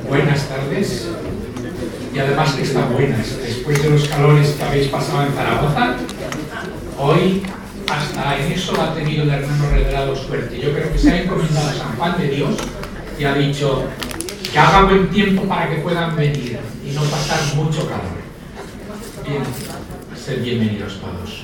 Buenas tardes, y además que están buenas, después de los calores que habéis pasado en Zaragoza, hoy hasta en eso ha tenido el hermano Revelado suerte. Yo creo que se ha encomendado a San Juan de Dios y ha dicho que haga buen tiempo para que puedan venir y no pasar mucho calor. Bien, sed bienvenidos todos.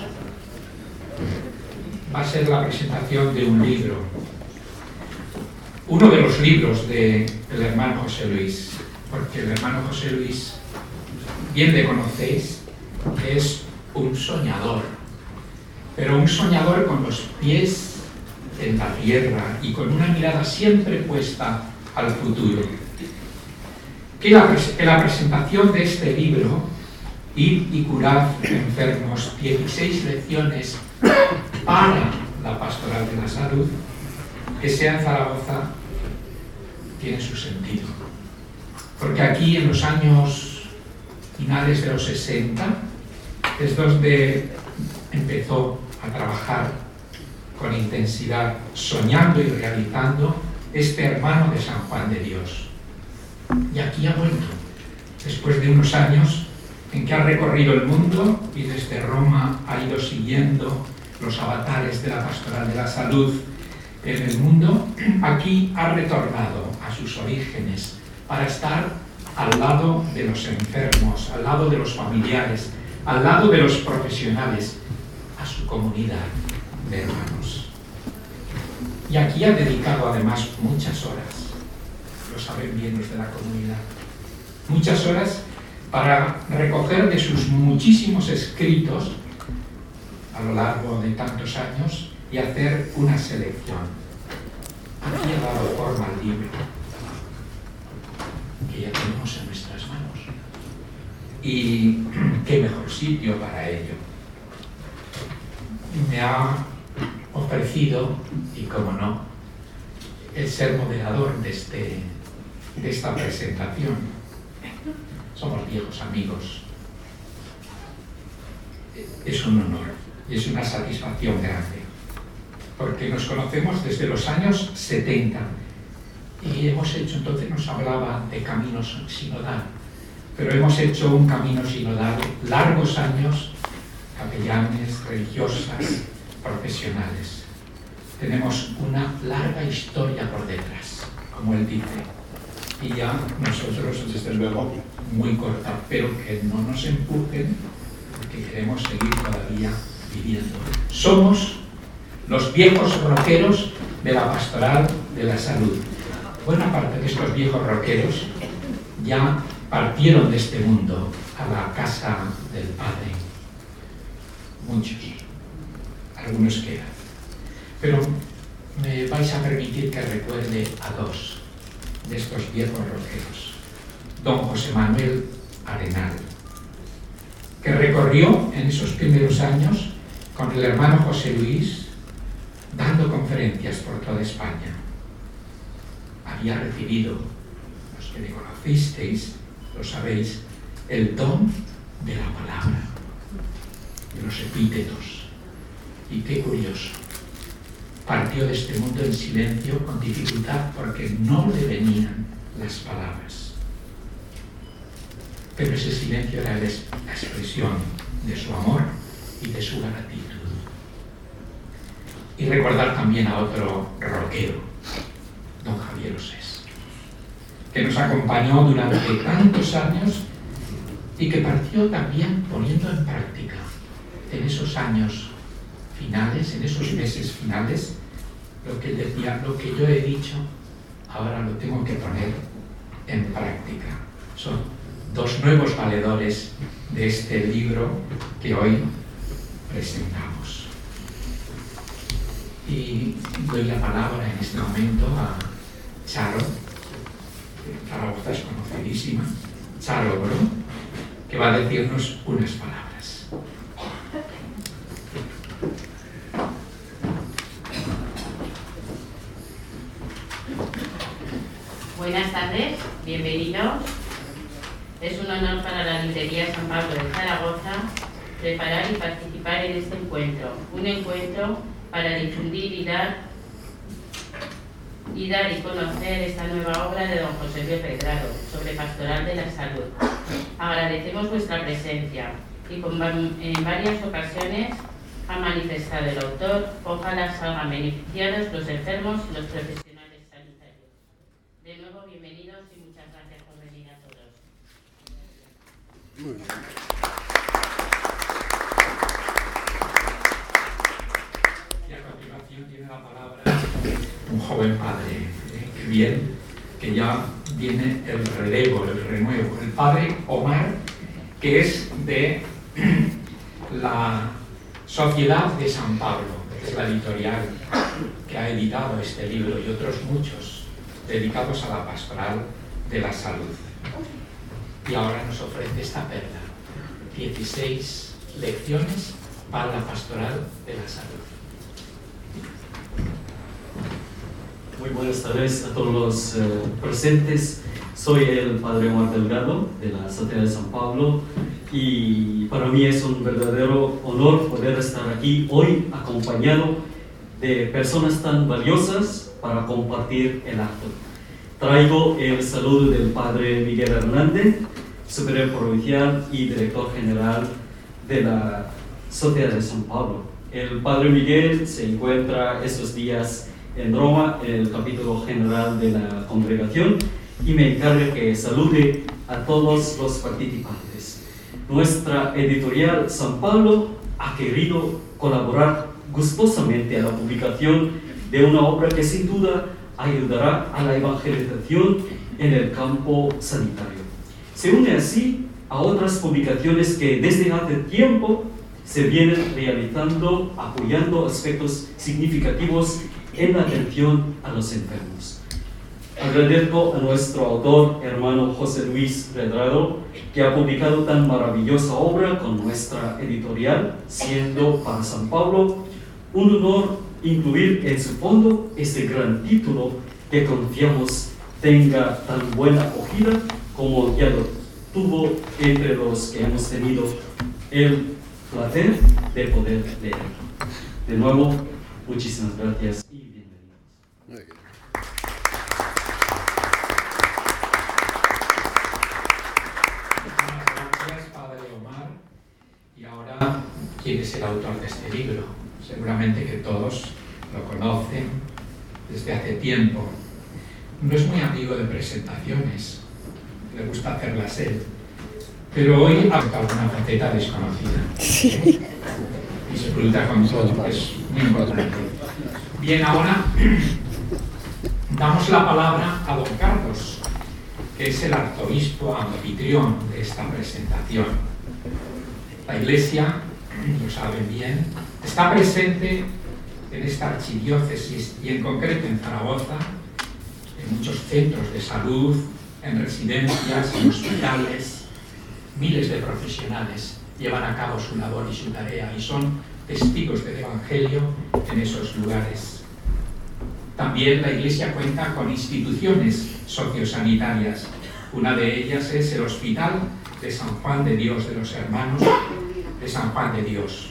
Va a ser la presentación de un libro, uno de los libros del hermano José Luis, porque el hermano José Luis, bien le conocéis, es un soñador, pero un soñador con los pies en la tierra y con una mirada siempre puesta al futuro. Que la presentación de este libro, Ir y curad enfermos, 16 lecciones para la pastoral de la salud, que sea en Zaragoza, tiene su sentido. Porque aquí en los años finales de los 60 es donde empezó a trabajar con intensidad, soñando y realizando este hermano de San Juan de Dios. Y aquí ha vuelto, después de unos años en que ha recorrido el mundo y desde Roma ha ido siguiendo los avatares de la pastoral de la salud en el mundo. Aquí ha retornado a sus orígenes para estar al lado de los enfermos, al lado de los familiares, al lado de los profesionales, a su comunidad de hermanos. Y aquí ha dedicado además muchas horas, lo saben bien los de la comunidad, muchas horas para recoger de sus muchísimos escritos a lo largo de tantos años y hacer una selección. Aquí ha dado forma al libro, que ya tenemos en nuestras manos. Y qué mejor sitio para ello. Me ha ofrecido, y cómo no, el ser moderador de esta presentación. Somos viejos amigos. Es un honor y es una satisfacción grande, porque nos conocemos desde los años 70 y hemos hecho, entonces nos hablaba de caminos sinodal, pero hemos hecho un camino sinodal largos años, capellanes, religiosas, profesionales. Tenemos una larga historia por detrás, como él dice, y ya nosotros, desde luego, muy corta, pero que no nos empujen, porque queremos seguir todavía viviendo. Somos los viejos roqueros de la pastoral de la salud. Buena parte de estos viejos roqueros ya partieron de este mundo a la casa del Padre. Muchos, algunos quedan. Pero me vais a permitir que recuerde a dos de estos viejos roqueros. Don José Manuel Arenal, que recorrió en esos primeros años con el hermano José Luis, dando conferencias por toda España. Había recibido, los que le conocisteis, lo sabéis, el don de la palabra, de los epítetos. Y qué curioso, partió de este mundo en silencio, con dificultad, porque no le venían las palabras. Pero ese silencio era la expresión de su amor y de su gratitud. Y recordar también a otro roquero, don Javier Osés, que nos acompañó durante tantos años y que partió también poniendo en práctica en esos años finales, en esos meses finales, lo que él decía, lo que yo he dicho, ahora lo tengo que poner en práctica. Son dos nuevos valedores de este libro que hoy presentamos. Y doy la palabra en este momento a Charo, que Zaragoza es conocidísima, Charo Bro, que va a decirnos unas palabras. Buenas tardes, bienvenidos. Es un honor para la Librería San Pablo de Zaragoza preparar y participar en este encuentro. Un encuentro para difundir y dar y dar y conocer esta nueva obra de don José Luis Redrado sobre Pastoral de la Salud. Agradecemos vuestra presencia y en varias ocasiones ha manifestado el autor, ojalá salgan beneficiados los enfermos y los profesionales sanitarios. De nuevo, bienvenidos y muchas gracias por venir a todos. Muy bien. Y a continuación tiene la palabra un joven padre, que bien, que ya viene el relevo, el renuevo, el padre Omar, que es de la Sociedad de San Pablo, que es la editorial que ha editado este libro y otros muchos dedicados a la pastoral de la salud. Y ahora nos ofrece esta perla, 16 lecciones para la pastoral de la salud. Muy buenas tardes a todos los presentes. Soy el padre Omar Delgado de la Sociedad de San Pablo y para mí es un verdadero honor poder estar aquí hoy acompañado de personas tan valiosas para compartir el acto. Traigo el saludo del padre Miguel Hernández, superior provincial y director general de la Sociedad de San Pablo. El padre Miguel se encuentra estos días en Roma, en el capítulo general de la congregación, y me encarga que salude a todos los participantes. Nuestra editorial San Pablo ha querido colaborar gustosamente a la publicación de una obra que sin duda ayudará a la evangelización en el campo sanitario. Se une así a otras publicaciones que desde hace tiempo se vienen realizando, apoyando aspectos significativos en la atención a los enfermos. Agradezco a nuestro autor, hermano José Luis Redrado, que ha publicado tan maravillosa obra con nuestra editorial, siendo para San Pablo un honor incluir en su fondo este gran título que confiamos tenga tan buena acogida como ya lo tuvo entre los que hemos tenido el placer de poder leer. De nuevo, muchísimas gracias y bienvenidos. Muy bien. Gracias, padre Omar. Y ahora, ¿quién es el autor de este libro? Seguramente que todos lo conocen desde hace tiempo. No es muy amigo de presentaciones, le gusta hacerlas él, pero hoy ha tocado una faceta desconocida. Sí. Y se pregunta con todo, es muy importante. Bien, ahora damos la palabra a don Carlos, que es el arzobispo anfitrión de esta presentación. La Iglesia, lo saben bien, está presente en esta archidiócesis y en concreto en Zaragoza, en muchos centros de salud, en residencias, en hospitales. Miles de profesionales llevan a cabo su labor y su tarea y son testigos del Evangelio en esos lugares. También la Iglesia cuenta con instituciones sociosanitarias. Una de ellas es el Hospital de San Juan de Dios, de los Hermanos de San Juan de Dios.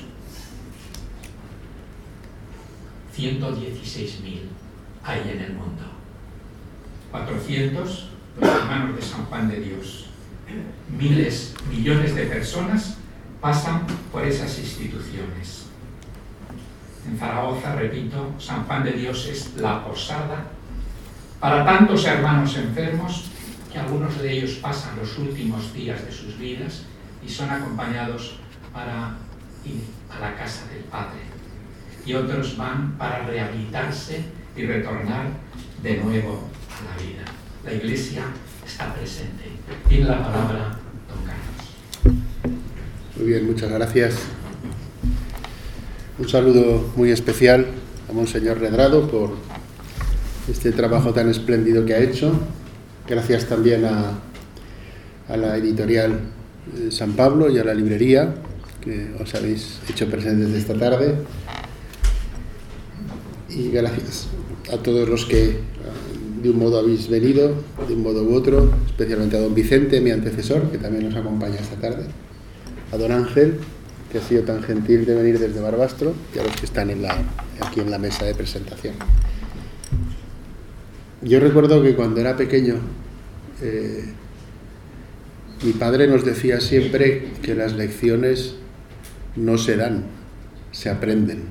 116.000 hay en el mundo. 400 los Hermanos de San Juan de Dios. Miles, millones de personas pasan por esas instituciones. En Zaragoza, repito, San Juan de Dios es la posada para tantos hermanos enfermos que algunos de ellos pasan los últimos días de sus vidas y son acompañados para ir a la casa del Padre. Y otros van para rehabilitarse y retornar de nuevo a la vida. La Iglesia está presente. Tiene la palabra don Carlos. Muy bien, muchas gracias. Un saludo muy especial a Monseñor Redrado por este trabajo tan espléndido que ha hecho. Gracias también a la editorial San Pablo y a la librería que os habéis hecho presentes esta tarde. Y gracias a todos los que de un modo habéis venido, de un modo u otro, especialmente a don Vicente, mi antecesor, que también nos acompaña esta tarde, a don Ángel, que ha sido tan gentil de venir desde Barbastro, y a los que están aquí en la mesa de presentación. Yo recuerdo que cuando era pequeño, mi padre nos decía siempre que las lecciones no se dan, se aprenden.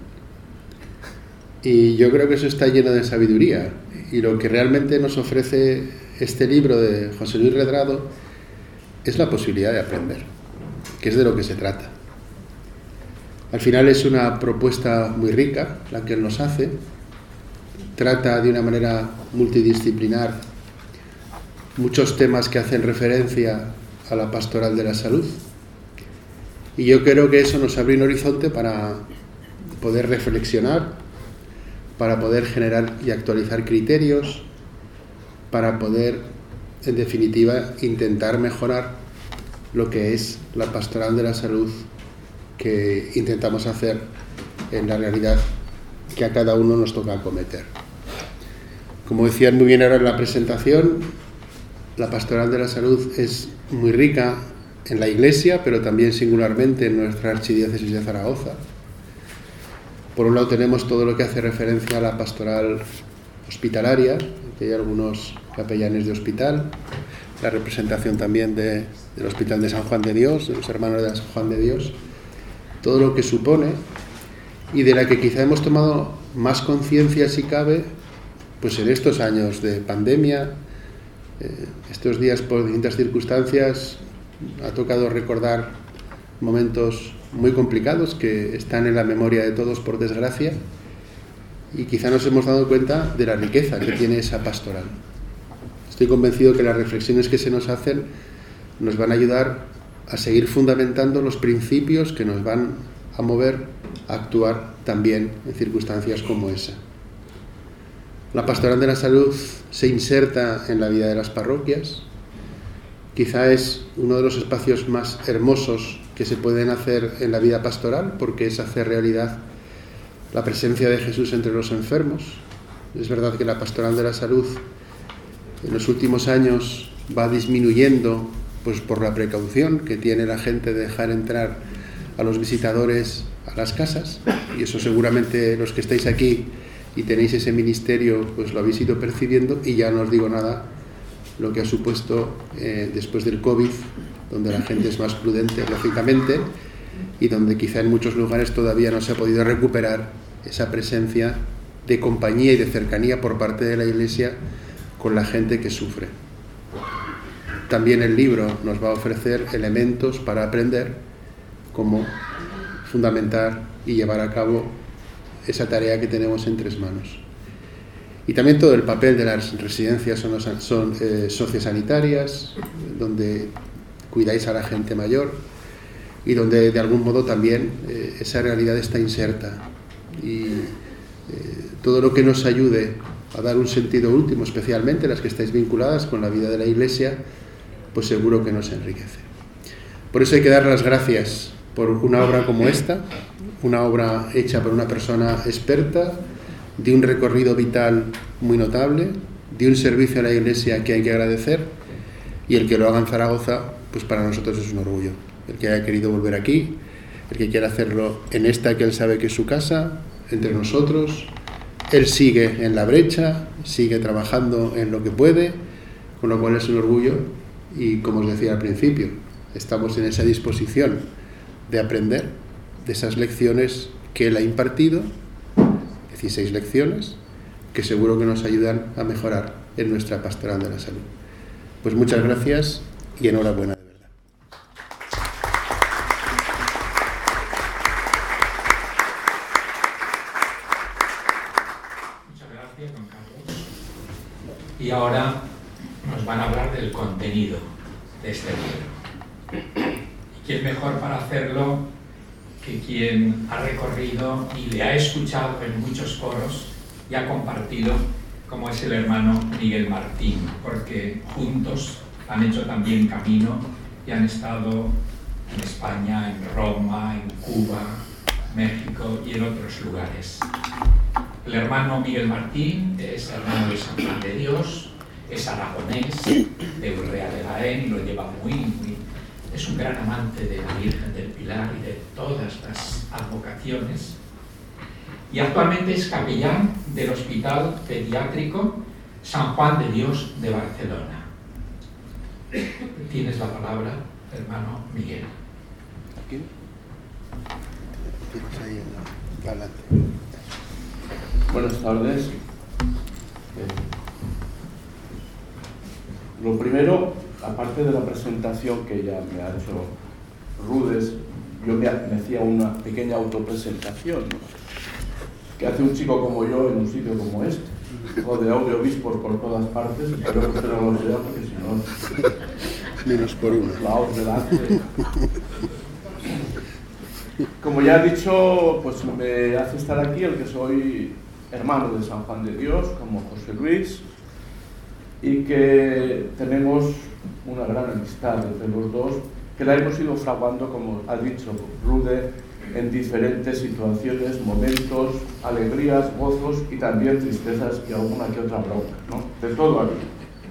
Y yo creo que eso está lleno de sabiduría. Y lo que realmente nos ofrece este libro de José Luis Redrado es la posibilidad de aprender, que es de lo que se trata. Al final es una propuesta muy rica la que él nos hace. Trata de una manera multidisciplinar muchos temas que hacen referencia a la pastoral de la salud. Y yo creo que eso nos abre un horizonte para poder reflexionar, para poder generar y actualizar criterios, para poder, en definitiva, intentar mejorar lo que es la pastoral de la salud que intentamos hacer en la realidad que a cada uno nos toca acometer. Como decían muy bien ahora en la presentación, la pastoral de la salud es muy rica en la Iglesia, pero también singularmente en nuestra archidiócesis de Zaragoza. Por un lado tenemos todo lo que hace referencia a la pastoral hospitalaria, que hay algunos capellanes de hospital, la representación también del Hospital de San Juan de Dios, de los hermanos de San Juan de Dios, todo lo que supone, y de la que quizá hemos tomado más conciencia, si cabe, pues en estos años de pandemia. Estos días, por distintas circunstancias, ha tocado recordar momentos muy complicados que están en la memoria de todos, por desgracia, y quizá nos hemos dado cuenta de la riqueza que tiene esa pastoral. Estoy convencido que las reflexiones que se nos hacen nos van a ayudar a seguir fundamentando los principios que nos van a mover a actuar también en circunstancias como esa. La pastoral de la salud se inserta en la vida de las parroquias. Quizá es uno de los espacios más hermosos que se pueden hacer en la vida pastoral, porque es hacer realidad la presencia de Jesús entre los enfermos. Es verdad que la pastoral de la salud en los últimos años va disminuyendo, pues por la precaución que tiene la gente de dejar entrar a los visitadores a las casas, y eso seguramente los que estáis aquí y tenéis ese ministerio pues lo habéis ido percibiendo, y ya no os digo nada lo que ha supuesto después del COVID, donde la gente es más prudente, lógicamente, y donde quizá en muchos lugares todavía no se ha podido recuperar esa presencia de compañía y de cercanía por parte de la Iglesia con la gente que sufre. También el libro nos va a ofrecer elementos para aprender cómo fundamentar y llevar a cabo esa tarea que tenemos en tres manos. Y también todo el papel de las residencias son sociosanitarias, donde cuidáis a la gente mayor y donde de algún modo también esa realidad está inserta. Y todo lo que nos ayude a dar un sentido último, especialmente las que estáis vinculadas con la vida de la Iglesia, pues seguro que nos enriquece. Por eso hay que dar las gracias por una obra como esta, una obra hecha por una persona experta, de un recorrido vital muy notable, de un servicio a la Iglesia que hay que agradecer, y el que lo haga en Zaragoza, pues para nosotros es un orgullo. El que haya querido volver aquí, el que quiera hacerlo en esta que él sabe que es su casa, entre nosotros. Él sigue en la brecha, sigue trabajando en lo que puede, con lo cual es un orgullo, y como os decía al principio, estamos en esa disposición de aprender de esas lecciones que él ha impartido, 16 lecciones, que seguro que nos ayudan a mejorar en nuestra pastoral de la salud. Pues muchas gracias y enhorabuena, de verdad. Muchas gracias, don Carlos. Y ahora nos van a hablar del contenido de este libro. ¿Y quién mejor para hacerlo que quien ha recorrido y le ha escuchado en muchos foros y ha compartido, como es el hermano Miguel Martín, porque juntos han hecho también camino y han estado en España, en Roma, en Cuba, México y en otros lugares. El hermano Miguel Martín es hermano de San Juan de Dios, es aragonés, de Urrea de Jaén, y lo lleva muy. Es un gran amante de la Virgen del Pilar y de todas las advocaciones. Y actualmente es capellán del Hospital Pediátrico San Juan de Dios de Barcelona. Tienes la palabra, hermano Miguel. Aquí. Tienes ahí adelante. Buenas tardes. Lo primero, aparte de la presentación que ya me ha hecho Rudes, yo me hacía una pequeña autopresentación, ¿no?, que hace un chico como yo en un sitio como este, rodeado de obispos por todas partes. Espero que usted no lo vea, porque si no, menos por uno. laos delante. Como ya he dicho, pues me hace estar aquí el que soy hermano de San Juan de Dios, como José Luis, y que tenemos una gran amistad entre los dos, que la hemos ido fraguando, como ha dicho Rude, en diferentes situaciones, momentos, alegrías, gozos y también tristezas y alguna que otra bronca, ¿no? De todo aquí.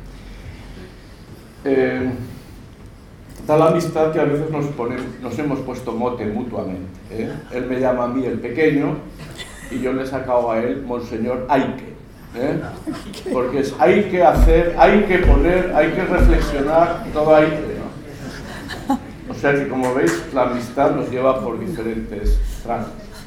Da la amistad que a veces nos hemos puesto mote mutuamente, ¿eh? Él me llama a mí el pequeño y yo le he sacado a él Monseñor Aike, ¿eh? Porque es hay que hacer, hay que poner, hay que reflexionar, todo hay que, ¿no? O sea que, como veis, la amistad nos lleva por diferentes tramos.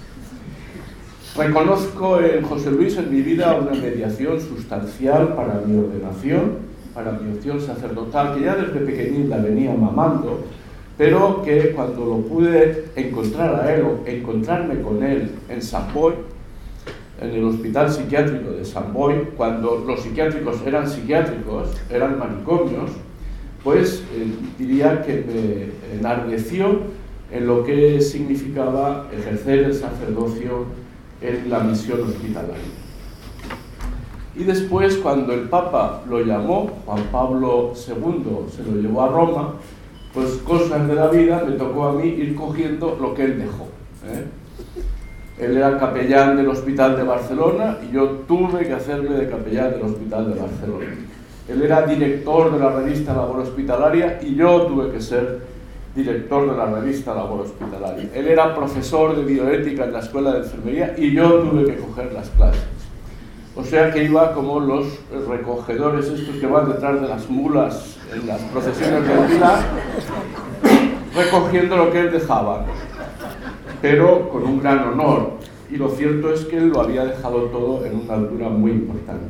Reconozco en José Luis en mi vida una mediación sustancial para mi ordenación, para mi opción sacerdotal, que ya desde pequeñín la venía mamando, pero que cuando lo pude encontrar a él o encontrarme con él en Sant Boi, en el hospital psiquiátrico de Sant Boi, cuando los psiquiátricos, eran manicomios, pues diría que me enardeció en lo que significaba ejercer el sacerdocio en la misión hospitalaria. Y después, cuando el Papa lo llamó, Juan Pablo II se lo llevó a Roma, pues cosas de la vida me tocó a mí ir cogiendo lo que él dejó, ¿eh? Él era capellán del Hospital de Barcelona y yo tuve que hacerme de capellán del Hospital de Barcelona. Él era director de la revista Labor Hospitalaria y yo tuve que ser director de la revista Labor Hospitalaria. Él era profesor de bioética en la escuela de enfermería y yo tuve que coger las clases. O sea que iba como los recogedores estos que van detrás de las mulas en las procesiones del Pilar, recogiendo lo que él dejaba, pero con un gran honor. Y lo cierto es que él lo había dejado todo en una altura muy importante.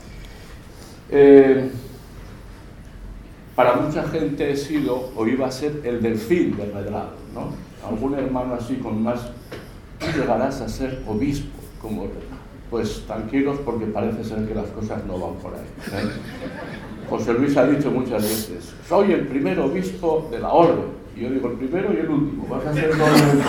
Para mucha gente he sido o iba a ser el delfín del Redrado, ¿no? Algún hermano así con más, tú llegarás a ser obispo como Redrado. Pues tranquilos, porque parece ser que las cosas no van por ahí, ¿eh? José Luis ha dicho muchas veces, soy el primer obispo de la orden. Y yo digo, el primero y el último, vas a ser todo el mundo.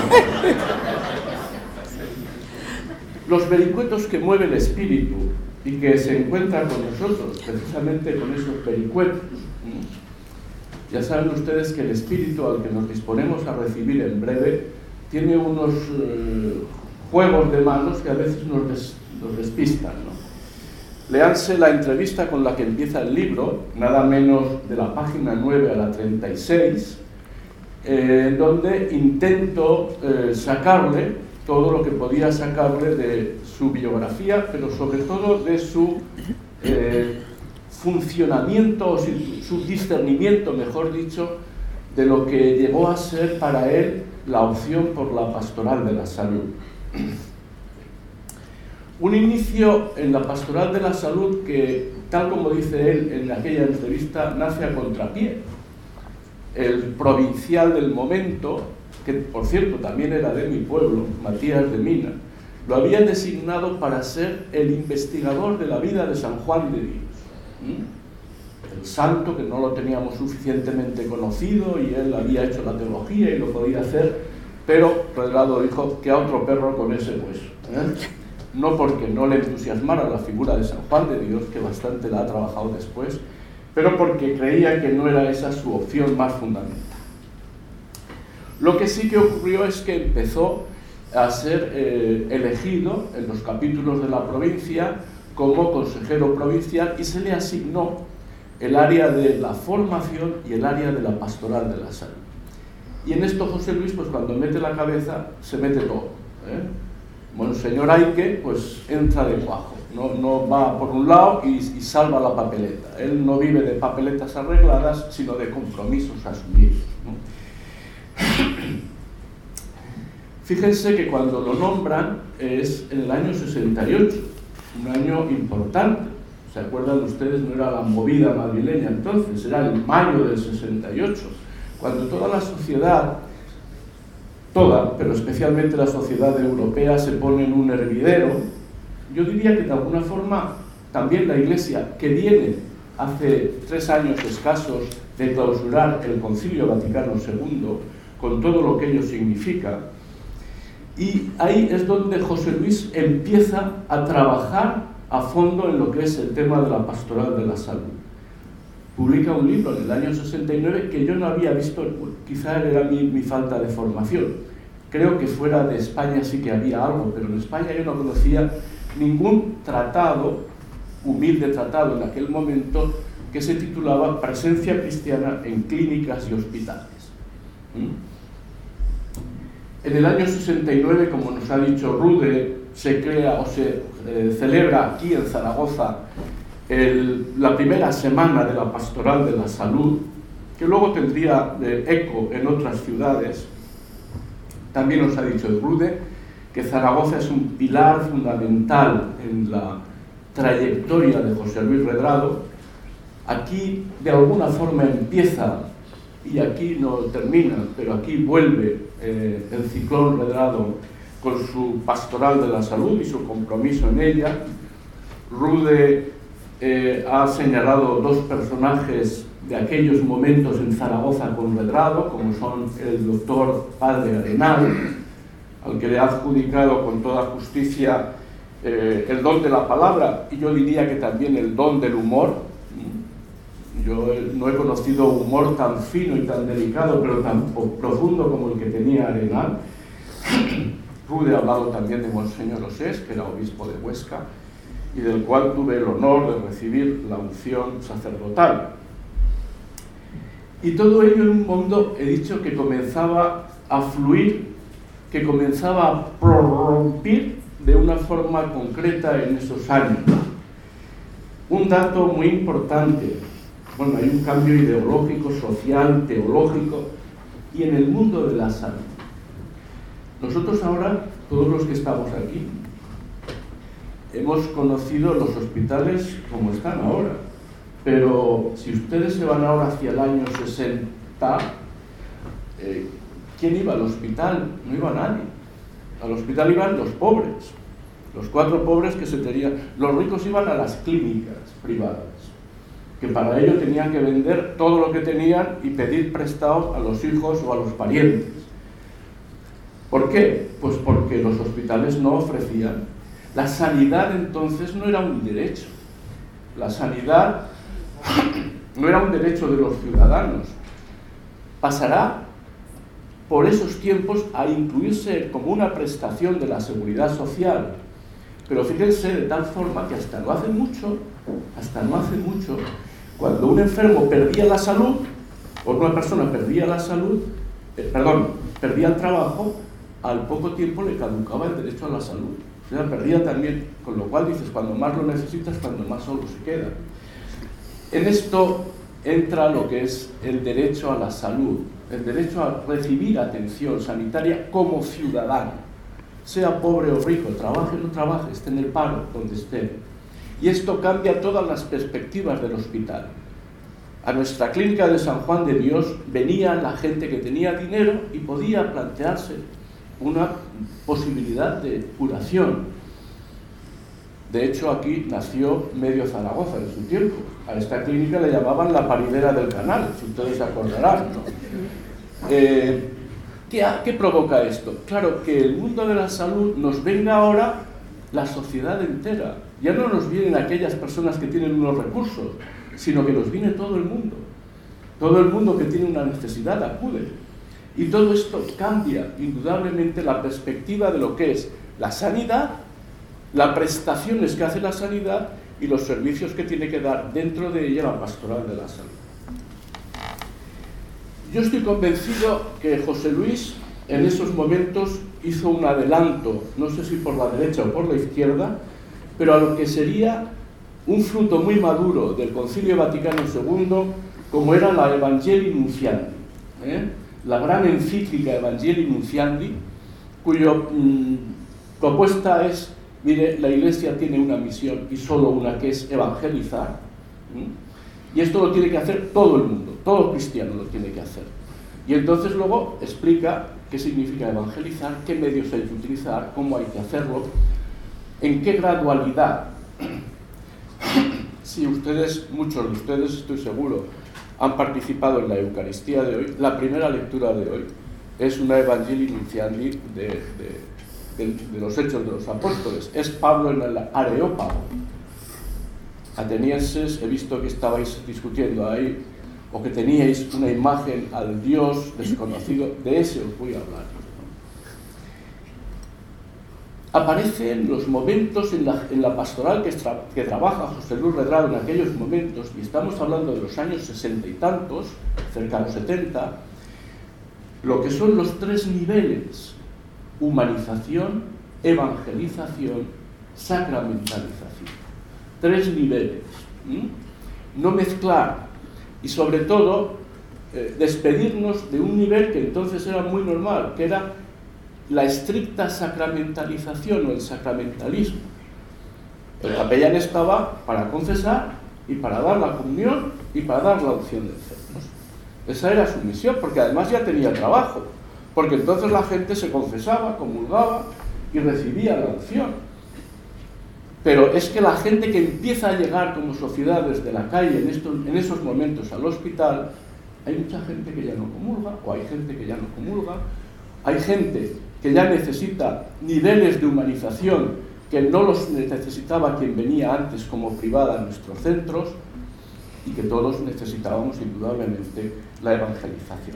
Los vericuetos que mueve el espíritu y que se encuentran con nosotros, precisamente con esos vericuetos. Ya saben ustedes que el espíritu al que nos disponemos a recibir en breve tiene unos juegos de manos que a veces nos despistan, ¿no? Léanse la entrevista con la que empieza el libro, nada menos de la página 9 a la 36, donde intento sacarle todo lo que podía sacarle de su biografía, pero sobre todo de su funcionamiento, o su discernimiento, mejor dicho, de lo que llegó a ser para él la opción por la pastoral de la salud. Un inicio en la pastoral de la salud que, tal como dice él en aquella entrevista, nace a contrapié. El provincial del momento, que por cierto también era de mi pueblo, Matías de Mina, lo había designado para ser el investigador de la vida de San Juan de Dios. El santo, que no lo teníamos suficientemente conocido y él había hecho la teología y lo podía hacer, pero Redrado dijo que a otro perro con ese hueso, ¿eh? No porque no le entusiasmara la figura de San Juan de Dios, que bastante la ha trabajado después, pero porque creía que no era esa su opción más fundamental. Lo que sí que ocurrió es que empezó a ser elegido en los capítulos de la provincia como consejero provincial y se le asignó el área de la formación y el área de la pastoral de la salud. Y en esto José Luis, pues cuando mete la cabeza, se mete todo, ¿eh? Monseñor Aike, pues entra de cuajo. no va por un lado y salva la papeleta. Él no vive de papeletas arregladas, sino de compromisos asumidos, ¿no? Fíjense que cuando lo nombran es en el año 68, un año importante. ¿Se acuerdan ustedes? No era la movida madrileña entonces, era el mayo del 68, cuando toda la sociedad, pero especialmente la sociedad europea, se pone en un hervidero. Yo diría que de alguna forma también la Iglesia, que viene hace 3 años escasos de clausurar el Concilio Vaticano II, con todo lo que ello significa, y ahí es donde José Luis empieza a trabajar a fondo en lo que es el tema de la pastoral de la salud. Publica un libro en el año 69 que yo no había visto, quizá era mi falta de formación. Creo que fuera de España sí que había algo, pero en España yo no conocía ningún tratado, humilde tratado en aquel momento, que se titulaba Presencia cristiana en clínicas y hospitales. En el año 69, como nos ha dicho Rude, se crea o se celebra aquí en Zaragoza la primera semana de la pastoral de la salud, que luego tendría eco en otras ciudades. También nos ha dicho Rude que Zaragoza es un pilar fundamental en la trayectoria de José Luis Redrado. Aquí de alguna forma empieza, y aquí no termina, pero aquí vuelve el ciclón Redrado con su pastoral de la salud y su compromiso en ella. Rude ha señalado 2 personajes de aquellos momentos en Zaragoza con Redrado, como son el doctor Padre Arenal, al que le ha adjudicado con toda justicia el don de la palabra, y yo diría que también el don del humor. Yo no he conocido humor tan fino y tan delicado, pero tan profundo como el que tenía Arenal. Rude ha hablado también de Monseñor Osés, que era obispo de Huesca, y del cual tuve el honor de recibir la unción sacerdotal. Y todo ello en un mundo, he dicho, que comenzaba a fluir, que comenzaba a prorrumpir de una forma concreta en esos años. Un dato muy importante: bueno, hay un cambio ideológico, social, teológico, y en el mundo de la salud. Nosotros ahora, todos los que estamos aquí, hemos conocido los hospitales como están ahora, pero si ustedes se van ahora hacia el año 60, ¿quién iba al hospital? No iba nadie. Al hospital iban los pobres, los 4 pobres que se tenían. Los ricos iban a las clínicas privadas, que para ello tenían que vender todo lo que tenían y pedir prestado a los hijos o a los parientes. ¿Por qué? Pues porque los hospitales no ofrecían. La sanidad entonces no era un derecho. La sanidad no era un derecho de los ciudadanos. Pasará por esos tiempos a incluirse como una prestación de la seguridad social. Pero fíjense, de tal forma que hasta no hace mucho, cuando un enfermo perdía la salud, o una persona perdía la salud, perdía el trabajo, al poco tiempo le caducaba el derecho a la salud. O sea, perdía también, con lo cual dices, cuando más lo necesitas, cuando más solo se queda. En esto entra lo que es el derecho a la salud, el derecho a recibir atención sanitaria como ciudadano, sea pobre o rico, trabaje o no trabaje, esté en el paro, donde esté. Y esto cambia todas las perspectivas del hospital. A nuestra clínica de San Juan de Dios venía la gente que tenía dinero y podía plantearse una posibilidad de curación. De hecho, aquí nació medio Zaragoza en su tiempo. A esta clínica le llamaban la paridera del canal, si ustedes se acordarán, ¿no? ¿Qué provoca esto? Claro, que el mundo de la salud nos venga ahora la sociedad entera. Ya no nos vienen aquellas personas que tienen unos recursos, sino que nos viene todo el mundo. Todo el mundo que tiene una necesidad acude. Y todo esto cambia indudablemente la perspectiva de lo que es la sanidad, las prestaciones que hace la sanidad y los servicios que tiene que dar dentro de ella la pastoral de la salud. Yo estoy convencido que José Luis en esos momentos hizo un adelanto, no sé si por la derecha o por la izquierda, pero a lo que sería un fruto muy maduro del Concilio Vaticano II, como era la Evangelii Nuntiandi, la gran encíclica Evangelii Nuntiandi, cuyo propuesta es, mire, la Iglesia tiene una misión y solo una, que es evangelizar, y esto lo tiene que hacer todo el mundo, todo cristiano lo tiene que hacer. Y entonces luego explica qué significa evangelizar, qué medios hay que utilizar, cómo hay que hacerlo, en qué gradualidad. Si ustedes, muchos de ustedes, estoy seguro, han participado en la Eucaristía de hoy, la primera lectura de hoy es una Evangelii Nuntiandi de los Hechos de los Apóstoles. Es Pablo en el Areópago. Atenienses, he visto que estabais discutiendo ahí, o que teníais una imagen al Dios desconocido, de ese os voy a hablar. Aparecen los momentos en la pastoral que trabaja José Luis Redrado en aquellos momentos, y estamos hablando de los años 60 y tantos, cerca de los 70, lo que son los 3 niveles: humanización, evangelización, sacramentalización. 3 niveles. No mezclar, y sobre todo despedirnos de un nivel que entonces era muy normal, que era la estricta sacramentalización o el sacramentalismo. El capellán estaba para confesar y para dar la comunión y para dar la unción de enfermos. Esa era su misión, porque además ya tenía trabajo, porque entonces la gente se confesaba, comulgaba y recibía la unción. Pero es que la gente que empieza a llegar como sociedad desde la calle en esos momentos al hospital, hay mucha gente que ya no comulga, o hay gente que ya no comulga, hay gente que ya necesita niveles de humanización que no los necesitaba quien venía antes como privada en nuestros centros, y que todos necesitábamos indudablemente la evangelización.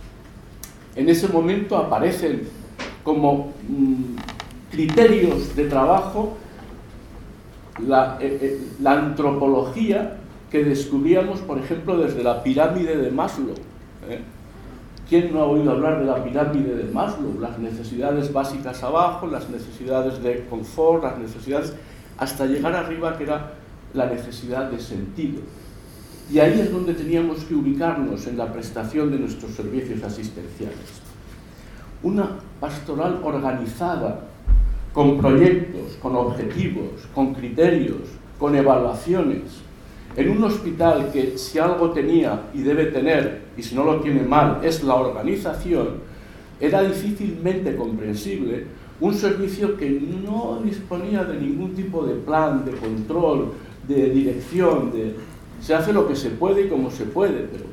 En ese momento aparecen como criterios de trabajo la antropología que descubríamos, por ejemplo, desde la pirámide de Maslow. ¿Quién no ha oído hablar de la pirámide de Maslow? Las necesidades básicas abajo, las necesidades de confort, las necesidades, hasta llegar arriba, que era la necesidad de sentido. Y ahí es donde teníamos que ubicarnos en la prestación de nuestros servicios asistenciales. Una pastoral organizada, con proyectos, con objetivos, con criterios, con evaluaciones, en un hospital que, si algo tenía y debe tener, y si no lo tiene mal, es la organización, era difícilmente comprensible un servicio que no disponía de ningún tipo de plan, de control, de dirección, se hace lo que se puede y como se puede, pero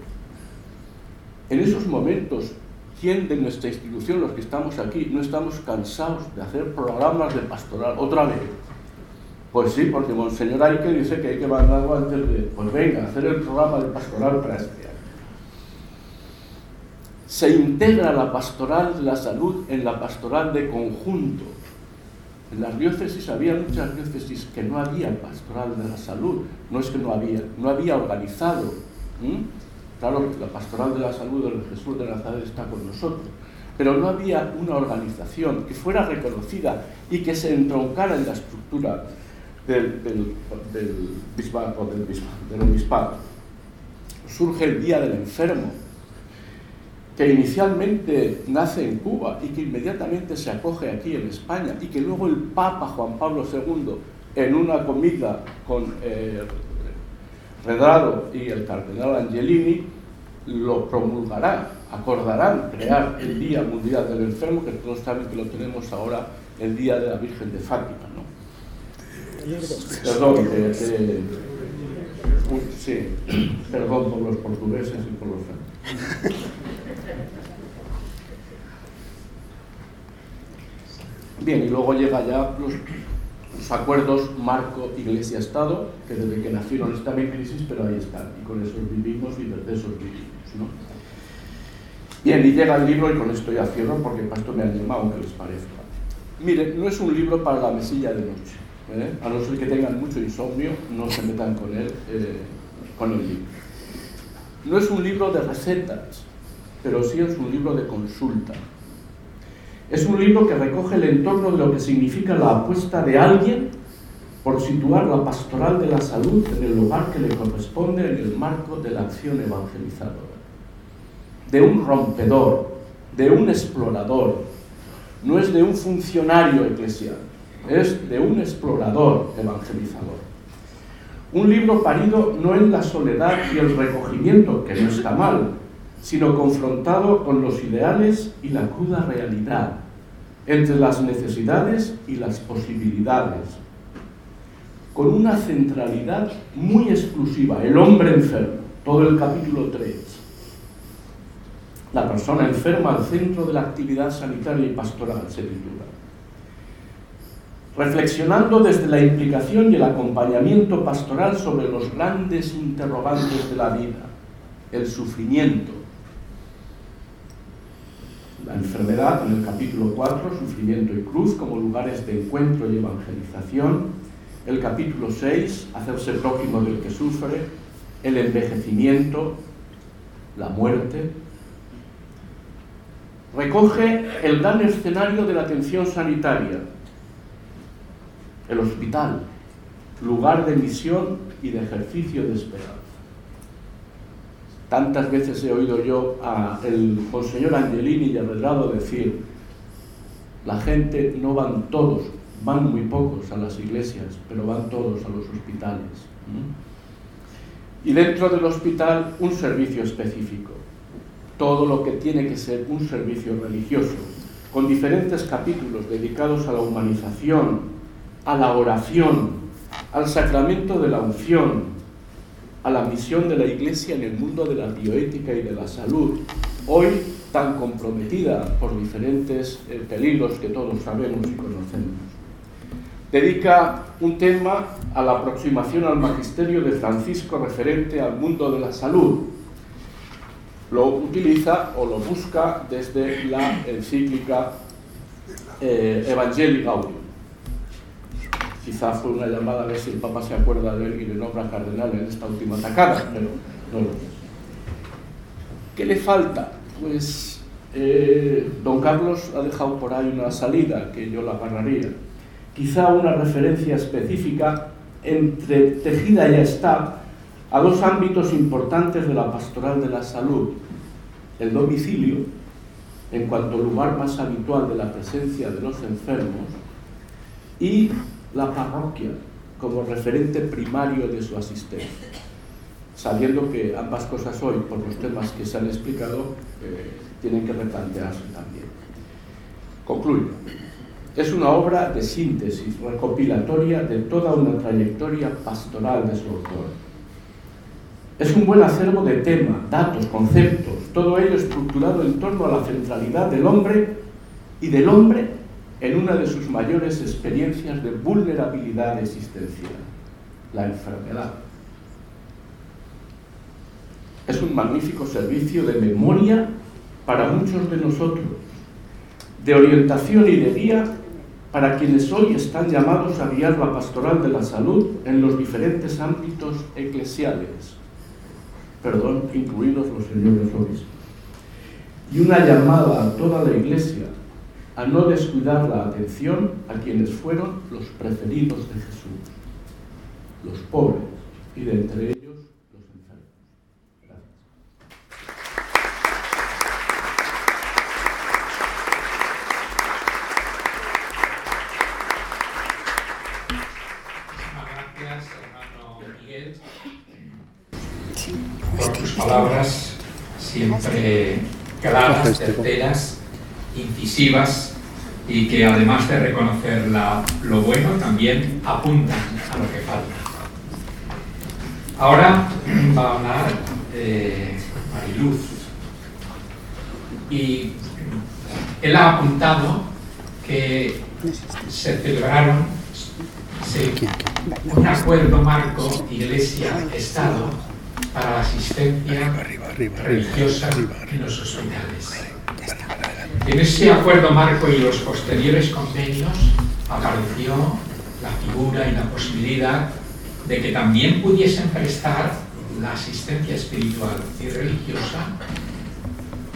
en esos momentos, ¿quién de nuestra institución, los que estamos aquí, no estamos cansados de hacer programas de pastoral otra vez? Pues sí, porque Monseñor Aike dice que hay que mandarlo antes de, pues venga, hacer el programa de pastoral para este año. Se integra la pastoral de la salud en la pastoral de conjunto. En las diócesis había muchas diócesis que no había pastoral de la salud, no es que no había organizado. Claro que la pastoral de la salud del Jesús de Nazaret está con nosotros, pero no había una organización que fuera reconocida y que se entroncara en la estructura del obispado. Surge el Día del Enfermo, que inicialmente nace en Cuba y que inmediatamente se acoge aquí en España, y que luego el Papa Juan Pablo II, en una comida con Redrado y el cardenal Angelini, lo promulgará, acordarán crear el Día Mundial del Enfermo, que todos saben que lo tenemos ahora, el Día de la Virgen de Fátima, ¿no? Perdón, sí, perdón por los portugueses y por los franceses. Bien, y luego llega ya los acuerdos marco Iglesia-Estado, que desde que nacieron están en crisis, pero ahí están, y con esos vivimos y desde esos vivimos, ¿no? Bien, y llega el libro, y con esto ya cierro, porque para esto me han llamado, aunque les parezca. Mire, no es un libro para la mesilla de noche, a no ser que tengan mucho insomnio, no se metan con él, con el libro. No es un libro de recetas, pero sí es un libro de consulta. Es un libro que recoge el entorno de lo que significa la apuesta de alguien por situar la pastoral de la salud en el lugar que le corresponde en el marco de la acción evangelizadora. De un rompedor, de un explorador, no es de un funcionario eclesial, es de un explorador evangelizador. Un libro parido no en la soledad y el recogimiento, que no está mal, sino confrontado con los ideales y la cruda realidad, entre las necesidades y las posibilidades, con una centralidad muy exclusiva, el hombre enfermo, todo el capítulo 3. La persona enferma al centro de la actividad sanitaria y pastoral, se titula. Reflexionando desde la implicación y el acompañamiento pastoral sobre los grandes interrogantes de la vida, el sufrimiento, la enfermedad, en el capítulo 4, sufrimiento y cruz como lugares de encuentro y evangelización, el capítulo 6, hacerse prójimo del que sufre, el envejecimiento, la muerte. Recoge el gran escenario de la atención sanitaria, el hospital, lugar de misión y de ejercicio de esperanza. Tantas veces he oído yo al monseñor Angelini y a Redrado decir: la gente no van todos, van muy pocos a las iglesias, pero van todos a los hospitales. Y dentro del hospital un servicio específico, todo lo que tiene que ser un servicio religioso, con diferentes capítulos dedicados a la humanización, a la oración, al sacramento de la unción, a la misión de la Iglesia en el mundo de la bioética y de la salud, hoy tan comprometida por diferentes peligros que todos sabemos y conocemos. Dedica un tema a la aproximación al magisterio de Francisco referente al mundo de la salud. Lo utiliza o lo busca desde la encíclica Evangelii Gaudium. Quizá fue una llamada a ver si el Papa se acuerda de él y le nombra cardenal en esta última tacada, pero no lo es. ¿Qué le falta? Pues don Carlos ha dejado por ahí una salida que yo la agarraría. Quizá una referencia específica tejida ya está a dos ámbitos importantes de la pastoral de la salud: el domicilio, en cuanto lugar más habitual de la presencia de los enfermos, y la parroquia como referente primario de su asistencia, sabiendo que ambas cosas hoy, por los temas que se han explicado, tienen que replantearse también. Concluyo. Es una obra de síntesis recopilatoria de toda una trayectoria pastoral de su autor. Es un buen acervo de tema, datos, conceptos, todo ello estructurado en torno a la centralidad del hombre y del hombre en una de sus mayores experiencias de vulnerabilidad existencial, la enfermedad. Es un magnífico servicio de memoria para muchos de nosotros, de orientación y de guía para quienes hoy están llamados a guiar la pastoral de la salud en los diferentes ámbitos eclesiales, incluidos los señores obispos. Y una llamada a toda la Iglesia a no descuidar la atención a quienes fueron los preferidos de Jesús, los pobres, y de entre ellos los enfermos. Gracias. Muchísimas gracias, hermano Miguel, por tus palabras siempre claras, certeras, incisivas, y que además de reconocer lo bueno, también apuntan a lo que falta. Ahora va a hablar Mariluz, y él ha apuntado que se celebraron un acuerdo marco Iglesia-Estado para la asistencia religiosa en los hospitales. En ese acuerdo marco y los posteriores convenios apareció la figura y la posibilidad de que también pudiesen prestar la asistencia espiritual y religiosa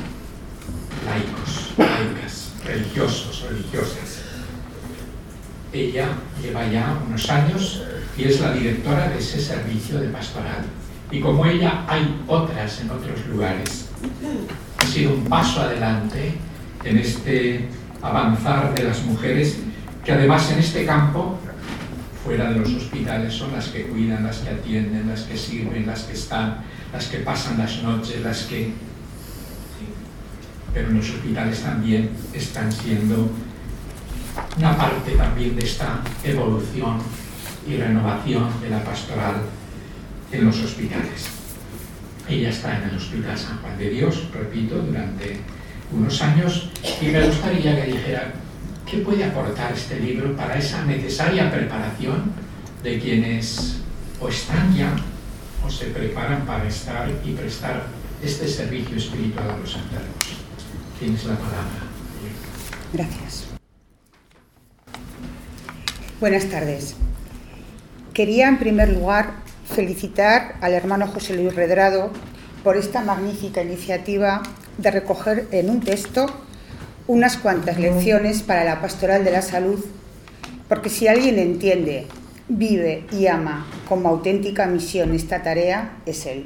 laicos, laicas, religiosos, religiosas. ella lleva ya unos años y es la directora de ese servicio de pastoral. Y como ella, hay otras en otros lugares. Ha sido un paso adelante en este avanzar de las mujeres, que además en este campo, fuera de los hospitales, son las que cuidan, las que atienden, las que sirven, las que están, las que pasan las noches, las que... Sí. Pero en los hospitales también están siendo una parte también de esta evolución y renovación de la pastoral en los hospitales. Ella está en el Hospital San Juan de Dios, repito, durante unos años, y me gustaría que dijera qué puede aportar este libro para esa necesaria preparación de quienes o están ya o se preparan para estar y prestar este servicio espiritual a los enfermos. Tienes la palabra. Gracias. Buenas tardes. Quería, en primer lugar, felicitar al hermano José Luis Redrado por esta magnífica iniciativa de recoger en un texto unas cuantas lecciones para la pastoral de la salud, porque si alguien entiende, vive y ama como auténtica misión esta tarea, es él.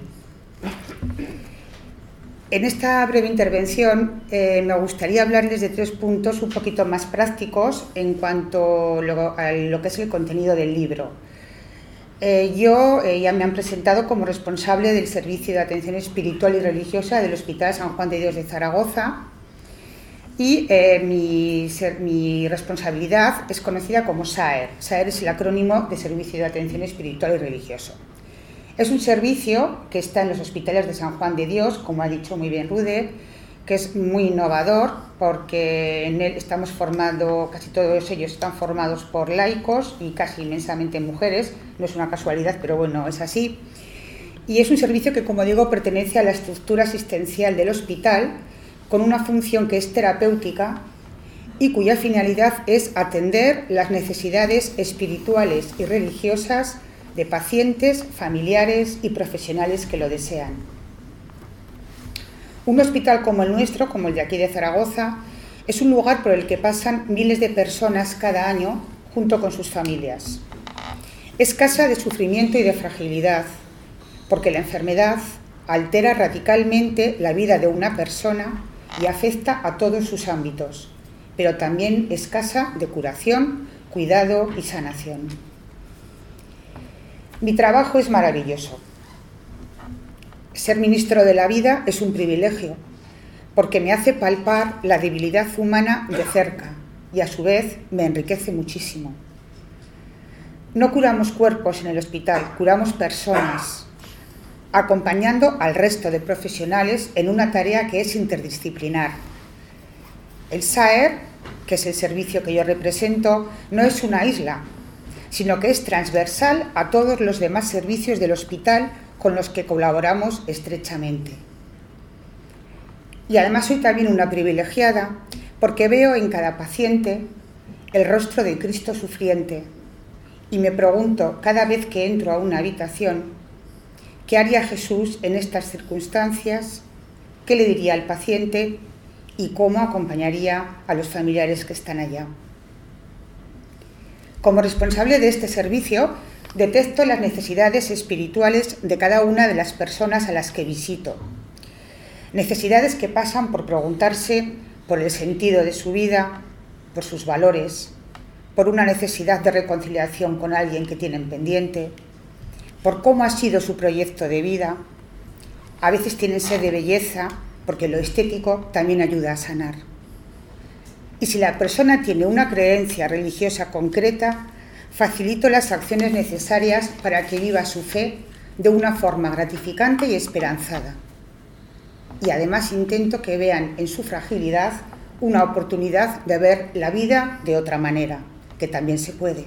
En esta breve intervención me gustaría hablarles de 3 puntos un poquito más prácticos en cuanto a lo que es el contenido del libro. Ya me han presentado como responsable del Servicio de Atención Espiritual y Religiosa del Hospital San Juan de Dios de Zaragoza, y mi responsabilidad es conocida como SAER. SAER es el acrónimo de Servicio de Atención Espiritual y Religioso. Es un servicio que está en los hospitales de San Juan de Dios, como ha dicho muy bien Rude, que es muy innovador porque en él estamos formando, casi todos ellos están formados por laicos y casi inmensamente mujeres, no es una casualidad, pero bueno, es así. Y es un servicio que, como digo, pertenece a la estructura asistencial del hospital, con una función que es terapéutica y cuya finalidad es atender las necesidades espirituales y religiosas de pacientes, familiares y profesionales que lo desean. Un hospital como el nuestro, como el de aquí de Zaragoza, es un lugar por el que pasan miles de personas cada año junto con sus familias. Es casa de sufrimiento y de fragilidad, porque la enfermedad altera radicalmente la vida de una persona y afecta a todos sus ámbitos, pero también es casa de curación, cuidado y sanación. Mi trabajo es maravilloso. Ser ministro de la vida es un privilegio, porque me hace palpar la debilidad humana de cerca y a su vez me enriquece muchísimo. No curamos cuerpos en el hospital, curamos personas, acompañando al resto de profesionales en una tarea que es interdisciplinar. El SAER, que es el servicio que yo represento, no es una isla, sino que es transversal a todos los demás servicios del hospital con los que colaboramos estrechamente. Y además soy también una privilegiada porque veo en cada paciente el rostro de Cristo sufriente y me pregunto cada vez que entro a una habitación, ¿qué haría Jesús en estas circunstancias? ¿Qué le diría al paciente? ¿Y cómo acompañaría a los familiares que están allá? Como responsable de este servicio, detecto las necesidades espirituales de cada una de las personas a las que visito. Necesidades que pasan por preguntarse por el sentido de su vida, por sus valores, por una necesidad de reconciliación con alguien que tienen pendiente, por cómo ha sido su proyecto de vida. A veces tienen sed de belleza, porque lo estético también ayuda a sanar. Y si la persona tiene una creencia religiosa concreta, facilito las acciones necesarias para que viva su fe de una forma gratificante y esperanzada. Y además intento que vean en su fragilidad una oportunidad de ver la vida de otra manera, que también se puede.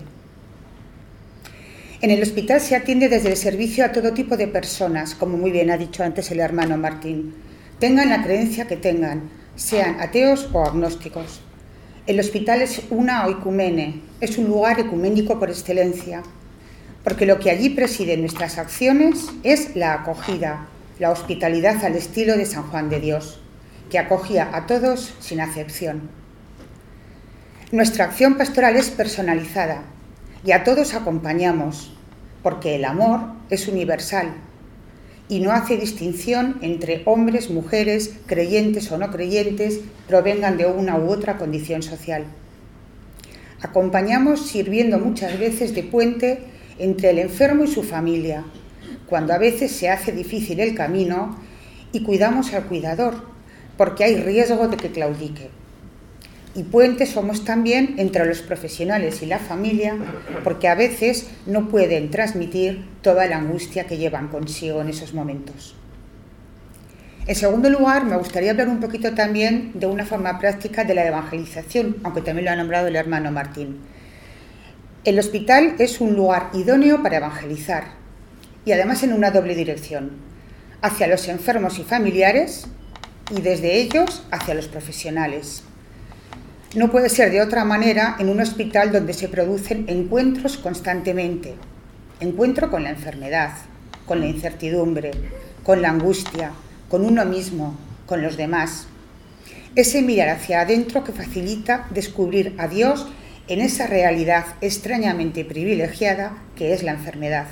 En el hospital se atiende desde el servicio a todo tipo de personas, como muy bien ha dicho antes el hermano Martín, tengan la creencia que tengan, sean ateos o agnósticos. El hospital es una oicumene, es un lugar ecuménico por excelencia, porque lo que allí preside nuestras acciones es la acogida, la hospitalidad al estilo de San Juan de Dios, que acogía a todos sin acepción. Nuestra acción pastoral es personalizada y a todos acompañamos, porque el amor es universal y no hace distinción entre hombres, mujeres, creyentes o no creyentes, provengan de una u otra condición social. Acompañamos sirviendo muchas veces de puente entre el enfermo y su familia, cuando a veces se hace difícil el camino, y cuidamos al cuidador, porque hay riesgo de que claudique. Y puente somos también entre los profesionales y la familia, porque a veces no pueden transmitir toda la angustia que llevan consigo en esos momentos. En segundo lugar, me gustaría hablar un poquito también de una forma práctica de la evangelización, aunque también lo ha nombrado el hermano Martín. El hospital es un lugar idóneo para evangelizar, y además en una doble dirección, hacia los enfermos y familiares, y desde ellos hacia los profesionales. No puede ser de otra manera en un hospital donde se producen encuentros constantemente. Encuentro con la enfermedad, con la incertidumbre, con la angustia, con uno mismo, con los demás. Ese mirar hacia adentro que facilita descubrir a Dios en esa realidad extrañamente privilegiada que es la enfermedad.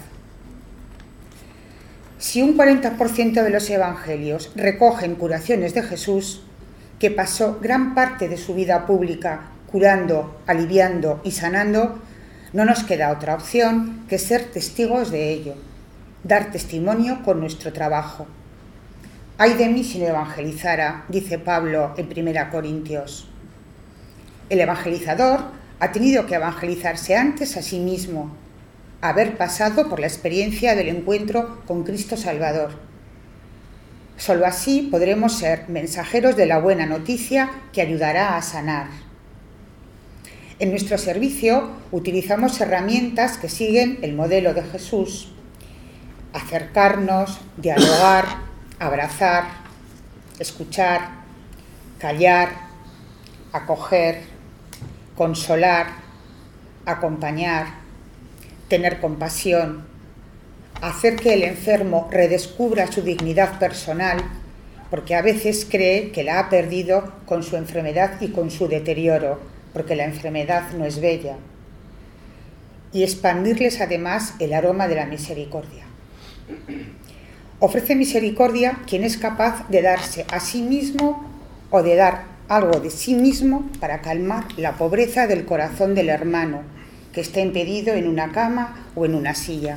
Si un 40% de los evangelios recogen curaciones de Jesús, que pasó gran parte de su vida pública curando, aliviando y sanando, no nos queda otra opción que ser testigos de ello, dar testimonio con nuestro trabajo. Ay de mí si no evangelizara, dice Pablo en 1 Corintios. El evangelizador ha tenido que evangelizarse antes a sí mismo, haber pasado por la experiencia del encuentro con Cristo Salvador. Solo así podremos ser mensajeros de la buena noticia que ayudará a sanar. En nuestro servicio utilizamos herramientas que siguen el modelo de Jesús: acercarnos, dialogar, abrazar, escuchar, callar, acoger, consolar, acompañar, tener compasión, hacer que el enfermo redescubra su dignidad personal, porque a veces cree que la ha perdido con su enfermedad y con su deterioro, porque la enfermedad no es bella, y expandirles además el aroma de la misericordia. Ofrece misericordia quien es capaz de darse a sí mismo o de dar algo de sí mismo para calmar la pobreza del corazón del hermano, que está impedido en una cama o en una silla.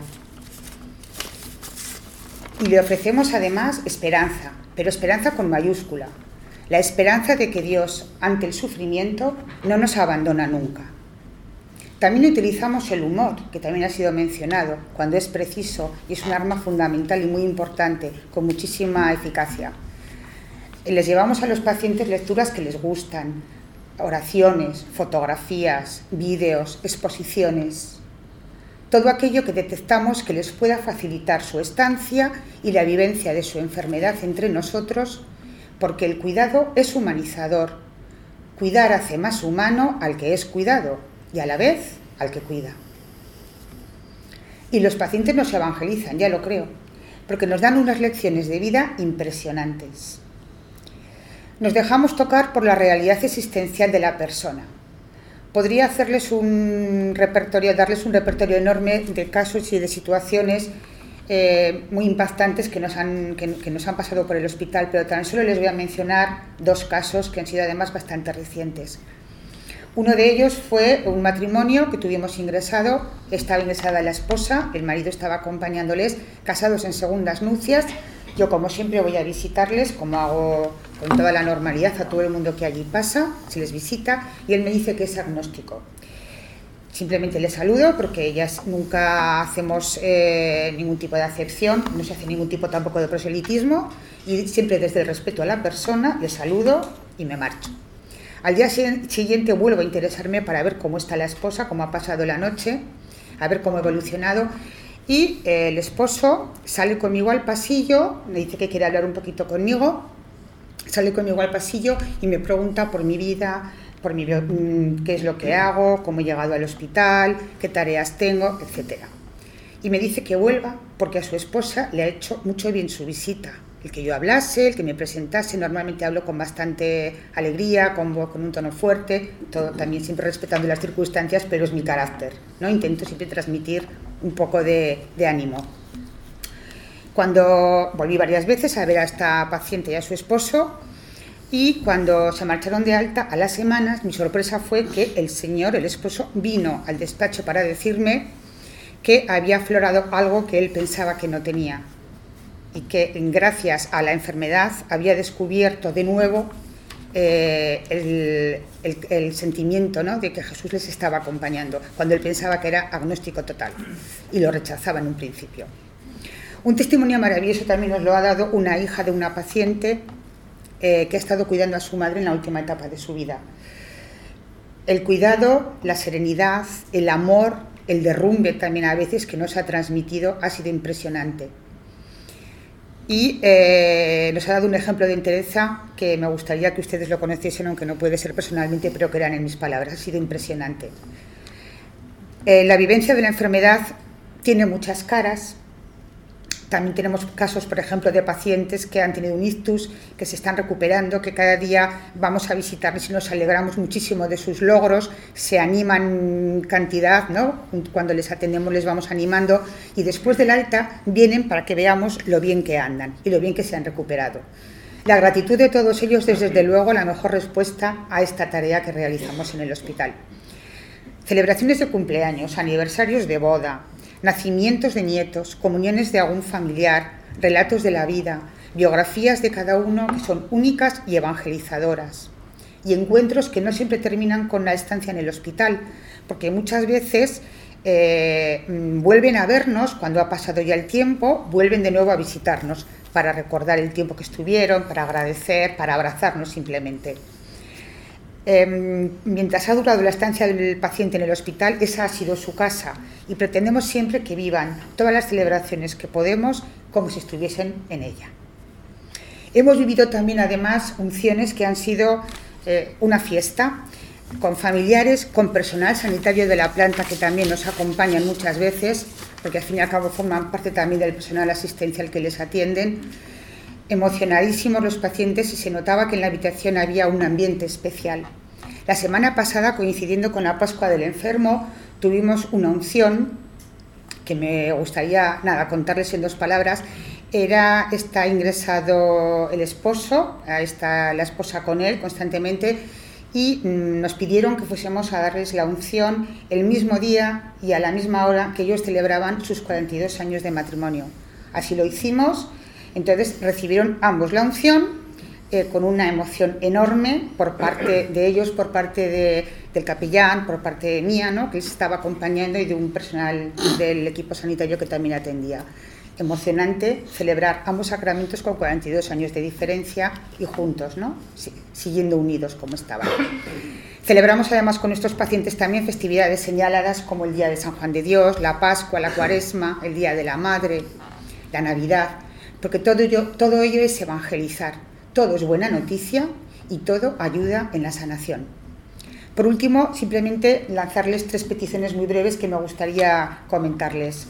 Y le ofrecemos además esperanza, pero esperanza con mayúscula, la esperanza de que Dios, ante el sufrimiento, no nos abandona nunca. También utilizamos el humor, que también ha sido mencionado, cuando es preciso, y es un arma fundamental y muy importante, con muchísima eficacia. Les llevamos a los pacientes lecturas que les gustan, oraciones, fotografías, vídeos, exposiciones. Todo aquello que detectamos que les pueda facilitar su estancia y la vivencia de su enfermedad entre nosotros, porque el cuidado es humanizador. Cuidar hace más humano al que es cuidado y a la vez al que cuida. Y los pacientes nos evangelizan, ya lo creo, porque nos dan unas lecciones de vida impresionantes. Nos dejamos tocar por la realidad existencial de la persona. Podría darles un repertorio enorme de casos y de situaciones muy impactantes que nos han pasado por el hospital, pero tan solo les voy a mencionar dos casos que han sido además bastante recientes. Uno de ellos fue un matrimonio que tuvimos ingresado, estaba ingresada la esposa, el marido estaba acompañándoles, casados en segundas nupcias. Yo, como siempre, voy a visitarles, como hago con toda la normalidad a todo el mundo que allí pasa, se les visita, y él me dice que es agnóstico. Simplemente le saludo porque ellas nunca hacemos ningún tipo de acepción, no se hace ningún tipo tampoco de proselitismo, y siempre desde el respeto a la persona le saludo y me marcho. Al día siguiente vuelvo a interesarme para ver cómo está la esposa, cómo ha pasado la noche, a ver cómo ha evolucionado. Y el esposo sale conmigo al pasillo, me dice que quiere hablar un poquito conmigo, sale conmigo al pasillo y me pregunta por mi vida, qué es lo que hago, cómo he llegado al hospital, qué tareas tengo, etc. Y me dice que vuelva porque a su esposa le ha hecho mucho bien su visita, el que yo hablase, el que me presentase. Normalmente hablo con bastante alegría, con un tono fuerte, todo también siempre respetando las circunstancias, pero es mi carácter, ¿no? Intento siempre transmitir un poco de ánimo. Cuando volví varias veces a ver a esta paciente y a su esposo, y cuando se marcharon de alta, a las semanas, mi sorpresa fue que el esposo, vino al despacho para decirme que había aflorado algo que él pensaba que no tenía y que gracias a la enfermedad había descubierto de nuevo el sentimiento, ¿no?, de que Jesús les estaba acompañando, cuando él pensaba que era agnóstico total y lo rechazaba en un principio. Un testimonio maravilloso también nos lo ha dado una hija de una paciente que ha estado cuidando a su madre en la última etapa de su vida. El cuidado, la serenidad, el amor, el derrumbe también a veces que nos ha transmitido ha sido impresionante. Y nos ha dado un ejemplo de entereza que me gustaría que ustedes lo conociesen, aunque no puede ser personalmente, pero que eran en mis palabras. Ha sido impresionante. La vivencia de la enfermedad tiene muchas caras. También tenemos casos, por ejemplo, de pacientes que han tenido un ictus, que se están recuperando, que cada día vamos a visitarles y nos alegramos muchísimo de sus logros, se animan cantidad, ¿no? Cuando les atendemos les vamos animando y después del alta vienen para que veamos lo bien que andan y lo bien que se han recuperado. La gratitud de todos ellos es desde luego la mejor respuesta a esta tarea que realizamos en el hospital. Celebraciones de cumpleaños, aniversarios de boda, nacimientos de nietos, comuniones de algún familiar, relatos de la vida, biografías de cada uno que son únicas y evangelizadoras, y encuentros que no siempre terminan con la estancia en el hospital, porque muchas veces vuelven a vernos cuando ha pasado ya el tiempo, vuelven de nuevo a visitarnos para recordar el tiempo que estuvieron, para agradecer, para abrazarnos simplemente. Mientras ha durado la estancia del paciente en el hospital, esa ha sido su casa y pretendemos siempre que vivan todas las celebraciones que podemos como si estuviesen en ella. Hemos vivido también además unciones que han sido una fiesta con familiares, con personal sanitario de la planta que también nos acompañan muchas veces, porque al fin y al cabo forman parte también del personal asistencial que les atienden. Emocionadísimos los pacientes y se notaba que en la habitación había un ambiente especial. La semana pasada, coincidiendo con la Pascua del Enfermo, tuvimos una unción que me gustaría contarles en 2 palabras. Está ingresado el esposo, está la esposa con él constantemente y nos pidieron que fuésemos a darles la unción el mismo día y a la misma hora que ellos celebraban sus 42 años de matrimonio. Así lo hicimos. Entonces recibieron ambos la unción con una emoción enorme por parte de ellos, por parte del capellán, por parte mía, ¿no?, que les estaba acompañando, y de un personal del equipo sanitario que también atendía. Emocionante celebrar ambos sacramentos con 42 años de diferencia y juntos, ¿no?, siguiendo unidos como estaban. Celebramos además con estos pacientes también festividades señaladas como el Día de San Juan de Dios, la Pascua, la Cuaresma, el Día de la Madre, la Navidad, porque todo ello es evangelizar, todo es buena noticia y todo ayuda en la sanación. Por último, simplemente lanzarles 3 peticiones muy breves que me gustaría comentarles.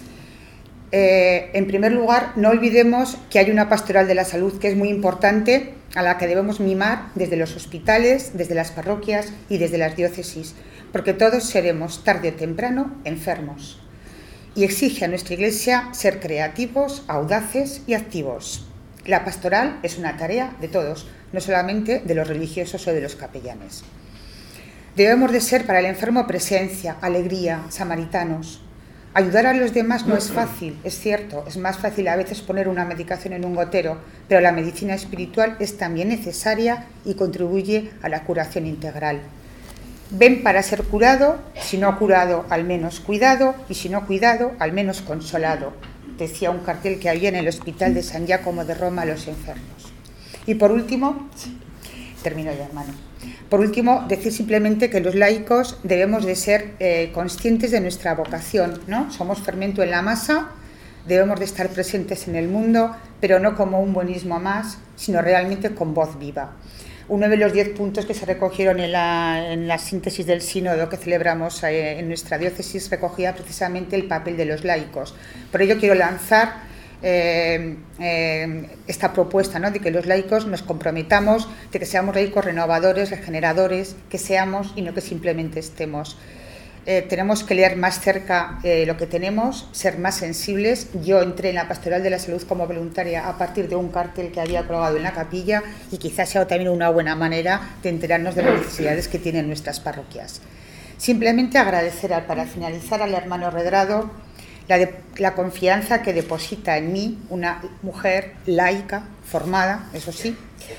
En primer lugar, no olvidemos que hay una pastoral de la salud que es muy importante, a la que debemos mimar desde los hospitales, desde las parroquias y desde las diócesis, porque todos seremos tarde o temprano enfermos. Y exige a nuestra Iglesia ser creativos, audaces y activos. La pastoral es una tarea de todos, no solamente de los religiosos o de los capellanes. Debemos de ser para el enfermo presencia, alegría, samaritanos. Ayudar a los demás no es fácil, es cierto, es más fácil a veces poner una medicación en un gotero, pero la medicina espiritual es también necesaria y contribuye a la curación integral. Ven para ser curado, si no curado, al menos cuidado, y si no cuidado, al menos consolado, decía un cartel que había en el Hospital de San Giacomo de Roma a los enfermos. Y por último, termino ya, hermano. Por último, decir simplemente que los laicos debemos de ser conscientes de nuestra vocación, ¿no? Somos fermento en la masa, debemos de estar presentes en el mundo, pero no como un buenismo más, sino realmente con voz viva. Uno de los 10 puntos que se recogieron en la síntesis del sínodo que celebramos en nuestra diócesis recogía precisamente el papel de los laicos. Por ello quiero lanzar esta propuesta, ¿no?, de que los laicos nos comprometamos, de que seamos laicos renovadores, regeneradores, que seamos y no que simplemente estemos. Tenemos que leer más cerca lo que tenemos, ser más sensibles. Yo entré en la Pastoral de la Salud como voluntaria a partir de un cartel que había colgado en la capilla, y quizás sea también una buena manera de enterarnos de las necesidades que tienen nuestras parroquias. Simplemente agradecer, para finalizar, al hermano Redrado la confianza que deposita en mí, una mujer laica, formada, eso sí,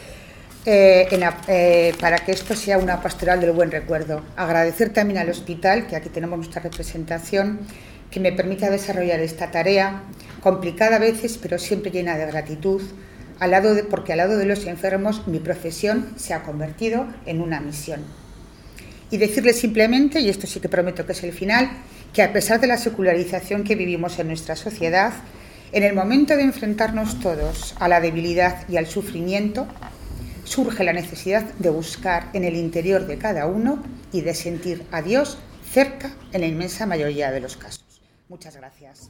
para que esto sea una pastoral del buen recuerdo. Agradecer también al hospital, que aquí tenemos nuestra representación, que me permita desarrollar esta tarea, complicada a veces, pero siempre llena de gratitud, porque al lado de los enfermos mi profesión se ha convertido en una misión. Y decirles simplemente, y esto sí que prometo que es el final, que a pesar de la secularización que vivimos en nuestra sociedad, en el momento de enfrentarnos todos a la debilidad y al sufrimiento, surge la necesidad de buscar en el interior de cada uno y de sentir a Dios cerca en la inmensa mayoría de los casos. Muchas gracias.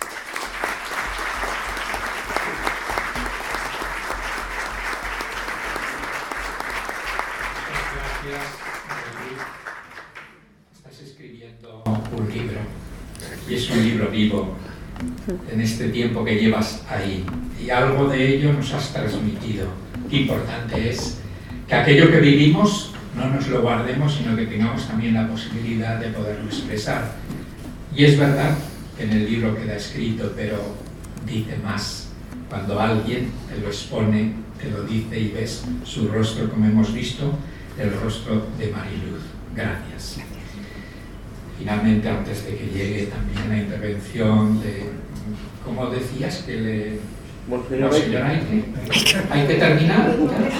Estás escribiendo un libro, y es un libro vivo en este tiempo que llevas ahí, y algo de ello nos has transmitido. Qué importante es que aquello que vivimos no nos lo guardemos, sino que tengamos también la posibilidad de poderlo expresar. Y es verdad que en el libro queda escrito, pero dice más. Cuando alguien te lo expone, te lo dice y ves su rostro, como hemos visto, el rostro de Mariluz. Gracias. Finalmente, antes de que llegue también la intervención de, ¿cómo decías que le...? No, señora, hay que terminar.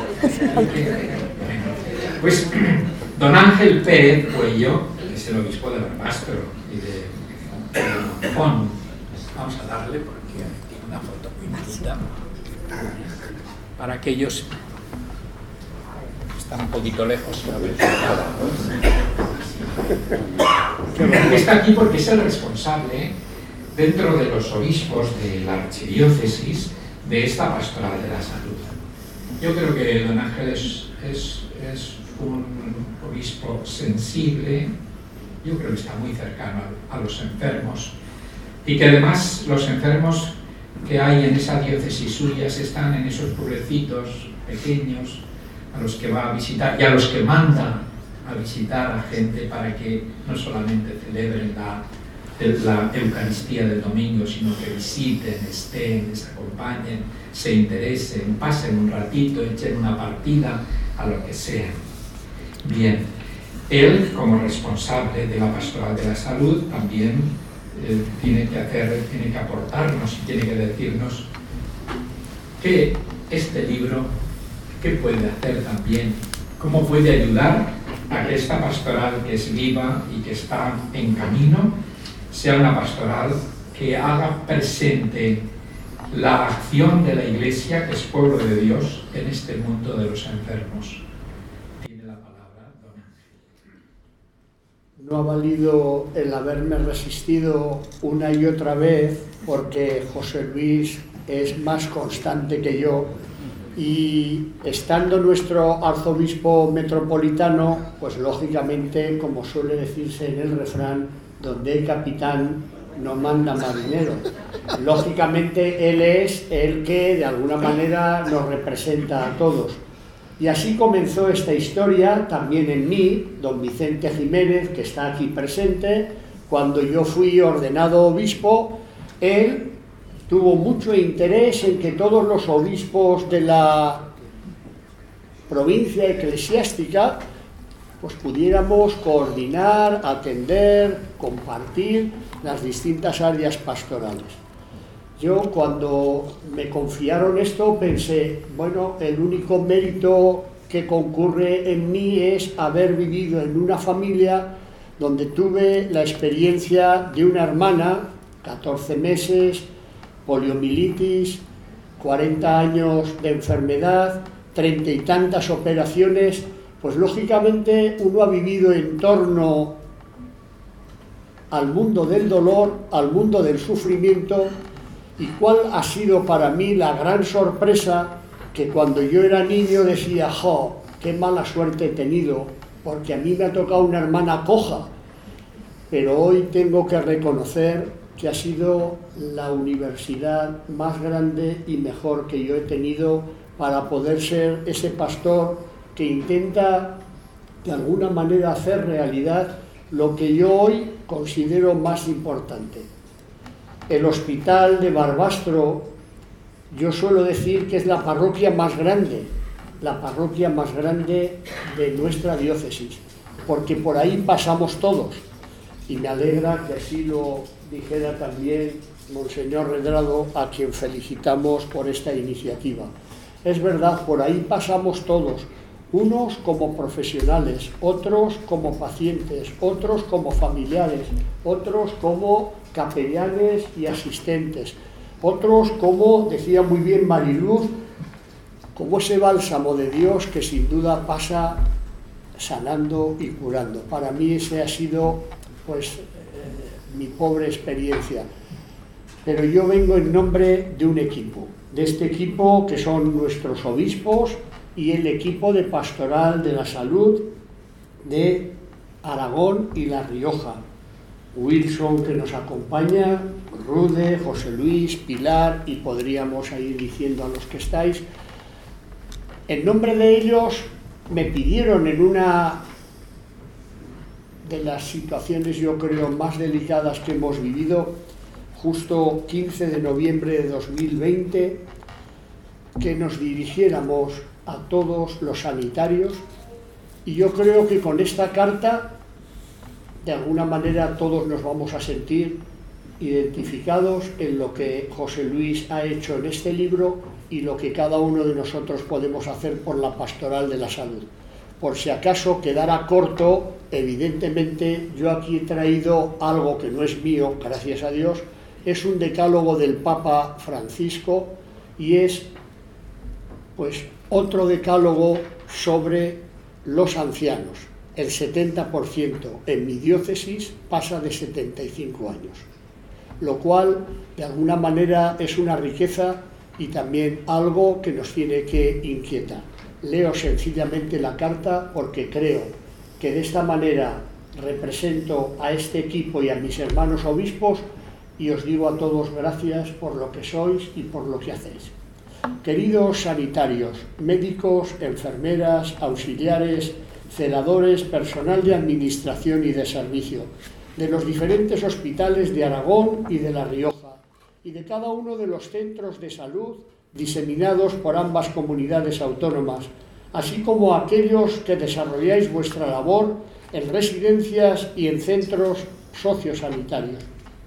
Pues don Ángel Pérez Cuello, que es el obispo de Barbastro y de Monzón, vamos a darle porque tiene una foto muy bonita para aquellos que están un poquito lejos. Está aquí porque es el responsable dentro de los obispos de la archidiócesis de esta pastoral de la salud. Yo creo que don Ángel es un obispo sensible, yo creo que está muy cercano a los enfermos, y que además los enfermos que hay en esa diócesis suyas están en esos pueblecitos pequeños a los que va a visitar y a los que manda a visitar a gente para que no solamente celebren la Eucaristía del domingo, sino que visiten, estén, les acompañen, se interesen, pasen un ratito, echen una partida, a lo que sea. Bien, él como responsable de la Pastoral de la Salud también tiene que aportarnos y tiene que decirnos que este libro, qué puede hacer también, cómo puede ayudar a que esta pastoral, que es viva y que está en camino, sea una pastoral que haga presente la acción de la Iglesia, que es pueblo de Dios, en este mundo de los enfermos. Tiene la palabra don Ángel. No ha valido el haberme resistido una y otra vez, porque José Luis es más constante que yo, y estando nuestro arzobispo metropolitano, pues lógicamente, como suele decirse en el refrán, donde hay capitán no manda marinero. Lógicamente él es el que de alguna manera nos representa a todos. Y así comenzó esta historia también en mí, don Vicente Jiménez, que está aquí presente. Cuando yo fui ordenado obispo, él tuvo mucho interés en que todos los obispos de la provincia eclesiástica pues pudiéramos coordinar, atender, compartir las distintas áreas pastorales. Yo cuando me confiaron esto pensé, bueno, el único mérito que concurre en mí es haber vivido en una familia donde tuve la experiencia de una hermana, 14 meses, poliomielitis, 40 años de enfermedad, 30 y tantas operaciones. Pues lógicamente uno ha vivido en torno al mundo del dolor, al mundo del sufrimiento, ¿Y cuál ha sido para mí la gran sorpresa? Que cuando yo era niño decía, ¡jo, qué mala suerte he tenido! Porque a mí me ha tocado una hermana coja. Pero hoy tengo que reconocer que ha sido la universidad más grande y mejor que yo he tenido para poder ser ese pastor que intenta de alguna manera hacer realidad lo que yo hoy considero más importante. El hospital de Barbastro, yo suelo decir que es la parroquia más grande de nuestra diócesis, porque por ahí pasamos todos. Y me alegra que así lo dijera también Monseñor Redrado, a quien felicitamos por esta iniciativa. Es verdad, por ahí pasamos todos, unos como profesionales, otros como pacientes, otros como familiares, otros como capellanes y asistentes, otros como, decía muy bien Mariluz, como ese bálsamo de Dios que sin duda pasa sanando y curando. Para mí ese ha sido mi pobre experiencia. Pero yo vengo en nombre de un equipo, de este equipo que son nuestros obispos y el equipo de Pastoral de la Salud de Aragón y La Rioja. Wilson, que nos acompaña, Rude, José Luis, Pilar, y podríamos ir diciendo a los que estáis. En nombre de ellos me pidieron en una de las situaciones, yo creo, más delicadas que hemos vivido, justo 15 de noviembre de 2020, que nos dirigiéramos a todos los sanitarios, y yo creo que con esta carta de alguna manera todos nos vamos a sentir identificados en lo que José Luis ha hecho en este libro y lo que cada uno de nosotros podemos hacer por la Pastoral de la Salud. Por si acaso quedara corto, evidentemente yo aquí he traído algo que no es mío, gracias a Dios, es un decálogo del Papa Francisco y es otro decálogo sobre los ancianos. El 70% en mi diócesis pasa de 75 años, lo cual de alguna manera es una riqueza y también algo que nos tiene que inquietar. Leo sencillamente la carta porque creo que de esta manera represento a este equipo y a mis hermanos obispos y os digo a todos gracias por lo que sois y por lo que hacéis. Queridos sanitarios, médicos, enfermeras, auxiliares, celadores, personal de administración y de servicio, de los diferentes hospitales de Aragón y de La Rioja, y de cada uno de los centros de salud diseminados por ambas comunidades autónomas, así como aquellos que desarrolláis vuestra labor en residencias y en centros sociosanitarios.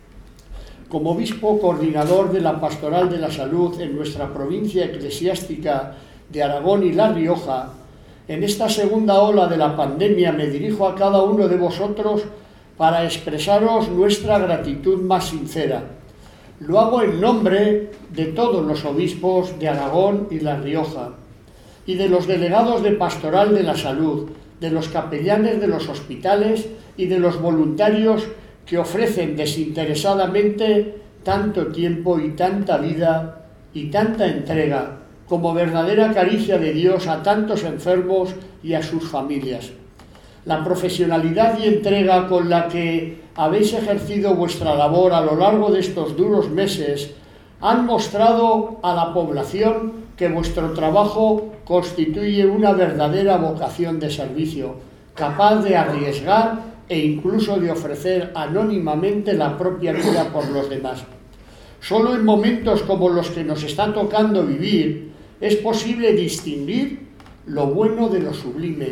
Como obispo coordinador de la Pastoral de la Salud en nuestra provincia eclesiástica de Aragón y La Rioja, en esta segunda ola de la pandemia me dirijo a cada uno de vosotros para expresaros nuestra gratitud más sincera. Lo hago en nombre de todos los obispos de Aragón y La Rioja y de los delegados de Pastoral de la Salud, de los capellanes de los hospitales y de los voluntarios que ofrecen desinteresadamente tanto tiempo y tanta vida y tanta entrega como verdadera caricia de Dios a tantos enfermos y a sus familias. La profesionalidad y entrega con la que habéis ejercido vuestra labor a lo largo de estos duros meses han mostrado a la población que vuestro trabajo constituye una verdadera vocación de servicio, capaz de arriesgar e incluso de ofrecer anónimamente la propia vida por los demás. Solo en momentos como los que nos está tocando vivir es posible distinguir lo bueno de lo sublime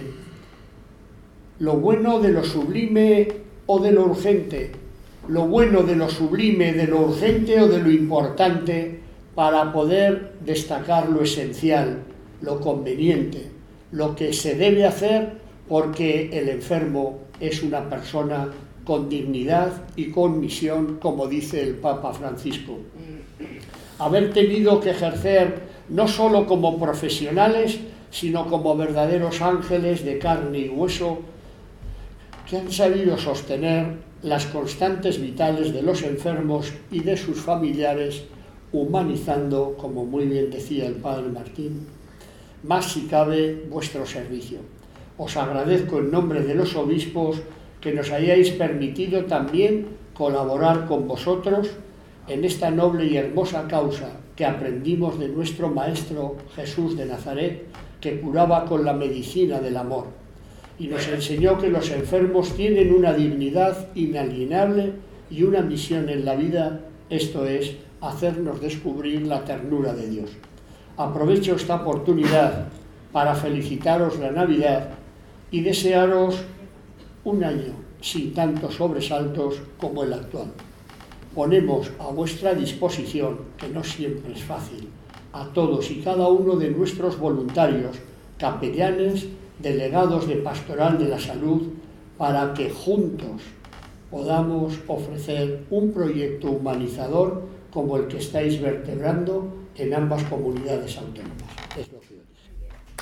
o de lo urgente, lo bueno de lo sublime, de lo urgente o de lo importante, para poder destacar lo esencial, lo conveniente, lo que se debe hacer porque el enfermo es una persona con dignidad y con misión, como dice el Papa Francisco. Haber tenido que ejercer no solo como profesionales, sino como verdaderos ángeles de carne y hueso, que han sabido sostener las constantes vitales de los enfermos y de sus familiares, humanizando, como muy bien decía el padre Martín, más si cabe vuestro servicio. Os agradezco en nombre de los obispos que nos hayáis permitido también colaborar con vosotros en esta noble y hermosa causa que aprendimos de nuestro Maestro Jesús de Nazaret, que curaba con la medicina del amor, y nos enseñó que los enfermos tienen una dignidad inalienable y una misión en la vida, esto es, hacernos descubrir la ternura de Dios. Aprovecho esta oportunidad para felicitaros la Navidad y desearos un año sin tantos sobresaltos como el actual. Ponemos a vuestra disposición, que no siempre es fácil, a todos y cada uno de nuestros voluntarios, capellanes, delegados de Pastoral de la Salud, para que juntos podamos ofrecer un proyecto humanizador como el que estáis vertebrando en ambas comunidades autónomas. Es lo que yo dije.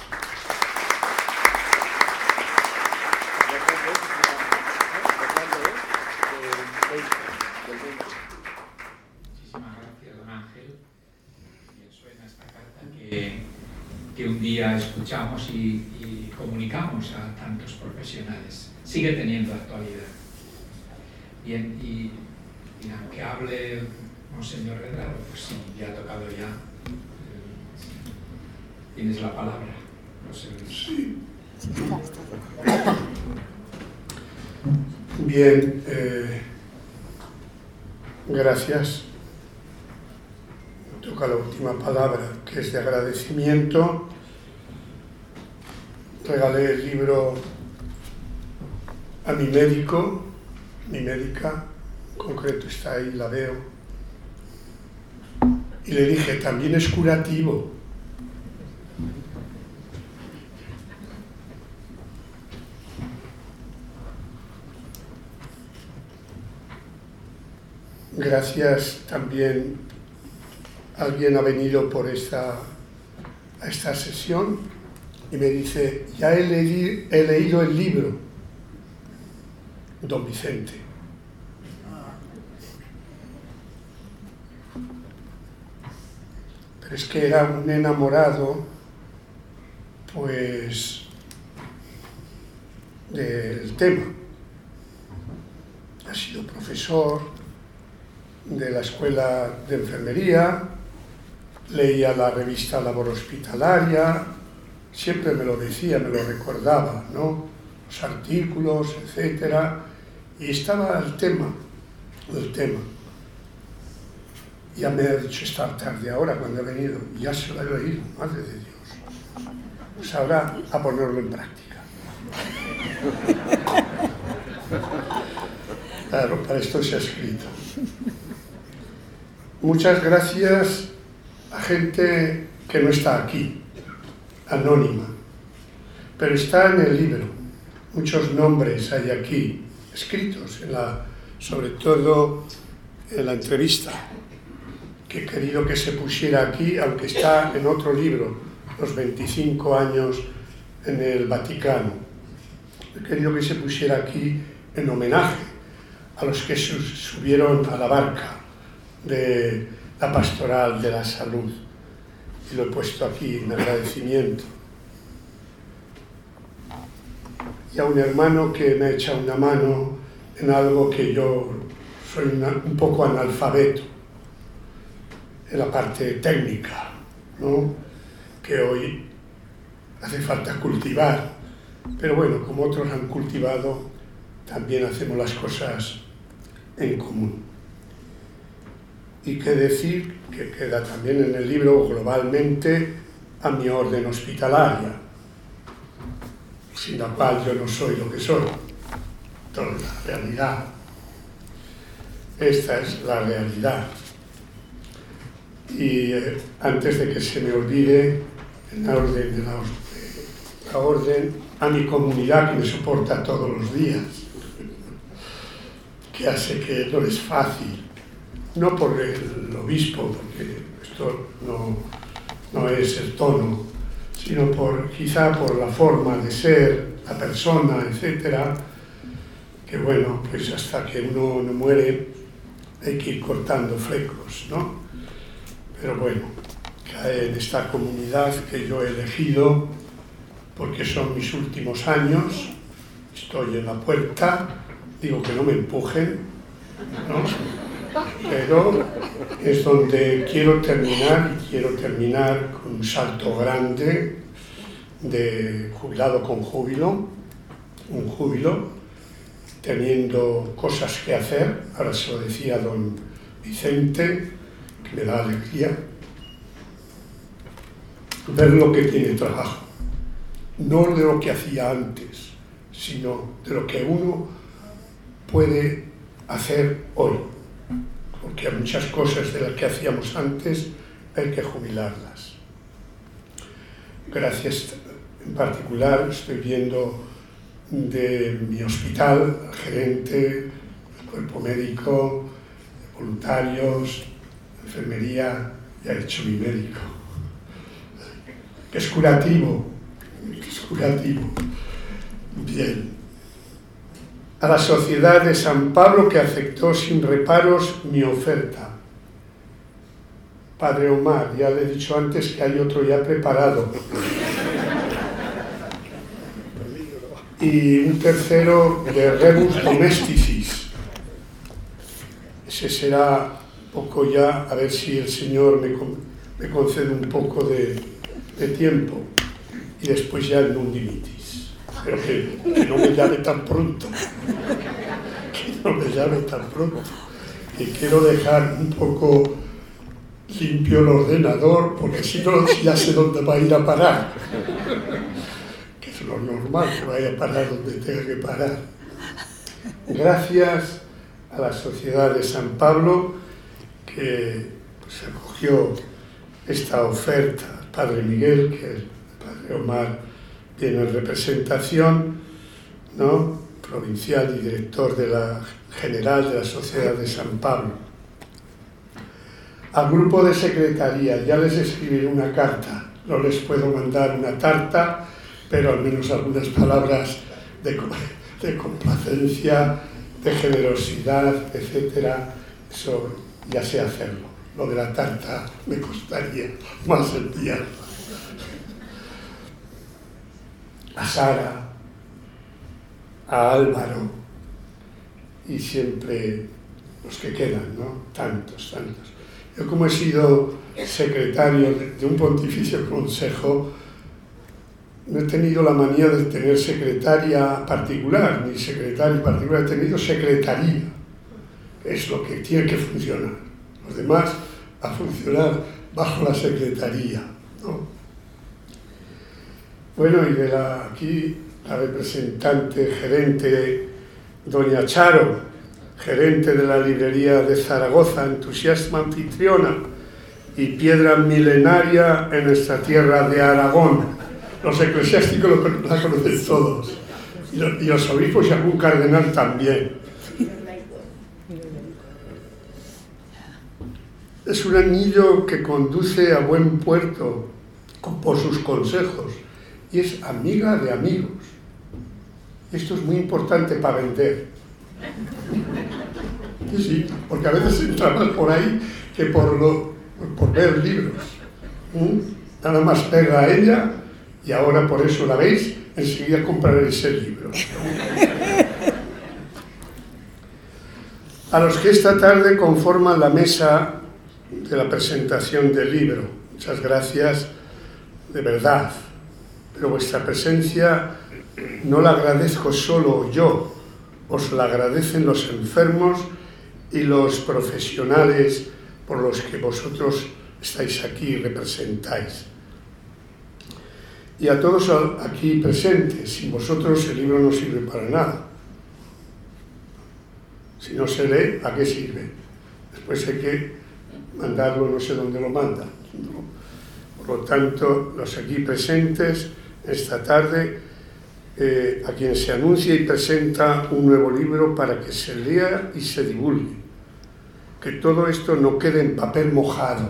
Muchísimas gracias, don Ángel. Me suena esta carta que un día escuchamos y comunicamos a tantos profesionales. Sigue teniendo actualidad. Bien, y aunque hable Monseñor Redrado, pues sí, ya ha tocado ya. Tienes la palabra, José Luis. Sí. Bien, gracias. Me toca la última palabra, que es de agradecimiento. Regalé el libro a mi médico, mi médica, en concreto está ahí, la veo, y le dije, también es curativo. Gracias también, alguien ha venido por a esta sesión y me dice, ya he leído el libro, don Vicente. Pero es que era un enamorado, pues, del tema. Ha sido profesor de la escuela de enfermería, leía la revista Labor Hospitalaria, siempre me lo decía, me lo recordaba, ¿no? Los artículos, etcétera, y estaba el tema. Ya me ha dicho esta tarde ahora cuando he venido, ya se lo he leído, madre de Dios. Pues ahora a ponerlo en práctica. Claro, para esto se ha escrito. Muchas gracias a gente que no está aquí, anónima, pero está en el libro. Muchos nombres hay aquí, escritos, sobre todo en la entrevista, que he querido que se pusiera aquí, aunque está en otro libro, los 25 años en el Vaticano. He querido que se pusiera aquí en homenaje a los que subieron a la barca de la Pastoral de la Salud. Y lo he puesto aquí en agradecimiento. Y a un hermano que me echa una mano en algo que yo soy un poco analfabeto, en la parte técnica, ¿no? Que hoy hace falta cultivar. Pero bueno, como otros han cultivado, también hacemos las cosas en común. Y qué decir, que queda también en el libro globalmente, a mi orden hospitalaria, sin la cual yo no soy lo que soy. Toda la realidad. Esta es la realidad. Y antes de que se me olvide, en la orden a mi comunidad que me soporta todos los días, que hace que no es fácil, no por el obispo, porque esto no es el tono, sino quizá por la forma de ser, la persona, etcétera, que bueno, pues hasta que uno no muere hay que ir cortando flecos, ¿no? pero bueno, cae en esta comunidad que yo he elegido porque son mis últimos años, estoy en la puerta, digo que no me empujen, ¿no? Pero es donde quiero terminar, y quiero terminar con un salto grande de jubilado con júbilo, un júbilo, teniendo cosas que hacer. Ahora se lo decía don Vicente, que me da alegría ver lo que tiene trabajo, no de lo que hacía antes, sino de lo que uno puede hacer hoy, porque hay muchas cosas de las que hacíamos antes hay que jubilarlas. Gracias en particular estoy viendo de mi hospital, al gerente, el cuerpo médico, voluntarios, enfermería, ya he hecho mi médico, que es curativo, Bien. A la Sociedad de San Pablo, que aceptó sin reparos mi oferta. Padre Omar, ya le he dicho antes que hay otro ya preparado. Y un tercero de Rebus Domesticis. Ese será poco ya, a ver si el Señor me concede un poco de tiempo. Y después ya el Nunc Dimittis. Pero que no me llame tan pronto. Que no me llame tan pronto. Que quiero dejar un poco limpio el ordenador, porque si no ya sé dónde va a ir a parar. Que es lo normal, que vaya a parar donde tenga que parar. Gracias a la Sociedad de San Pablo, que pues, acogió esta oferta al Padre Miguel, que el Padre Omar tiene representación, ¿no?, provincial y director de la general de la Sociedad de San Pablo. Al grupo de secretaría ya les escribiré una carta, no les puedo mandar una tarta, pero al menos algunas palabras de complacencia, de generosidad, etcétera. Eso ya sé hacerlo. Lo de la tarta me costaría más enviarla. A Sara, a Álvaro, y siempre los que quedan, ¿no? Tantos. Yo, como he sido secretario de un pontificio consejo, no he tenido la manía de tener secretaria particular, ni secretario particular, he tenido secretaría, que es lo que tiene que funcionar. Los demás a funcionar bajo la secretaría, ¿no? Bueno, y de aquí la representante, gerente, doña Charo, gerente de la librería de Zaragoza, entusiasta anfitriona y piedra milenaria en nuestra tierra de Aragón. Los eclesiásticos la conocen todos, y los obispos y algún cardenal también. Es un anillo que conduce a buen puerto por sus consejos y es amiga de amigos. Esto es muy importante para vender. Sí, porque a veces entra más por ahí que por ver libros. Nada más pega a ella y ahora por eso la veis, enseguida compraré ese libro. A los que esta tarde conforman la mesa de la presentación del libro, muchas gracias de verdad, pero vuestra presencia no la agradezco solo yo, os la agradecen los enfermos y los profesionales por los que vosotros estáis aquí y representáis. Y a todos aquí presentes, sin vosotros el libro no sirve para nada. Si no se lee, ¿a qué sirve? Después hay que mandarlo, no sé dónde lo mandan, ¿no? Por lo tanto, los aquí presentes esta tarde, a quien se anuncia y presenta un nuevo libro para que se lea y se divulgue. Que todo esto no quede en papel mojado,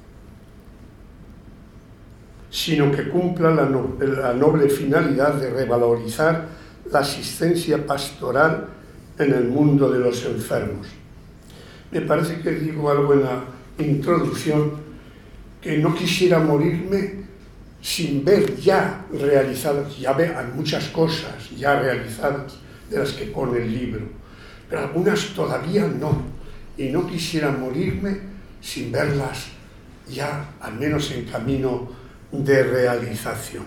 sino que cumpla la noble finalidad de revalorizar la asistencia pastoral en el mundo de los enfermos. Me parece que digo algo en la introducción que no quisiera morirme sin ver ya realizadas, ya hay muchas cosas ya realizadas de las que pone el libro, pero algunas todavía no, y no quisiera morirme sin verlas ya al menos en camino de realización.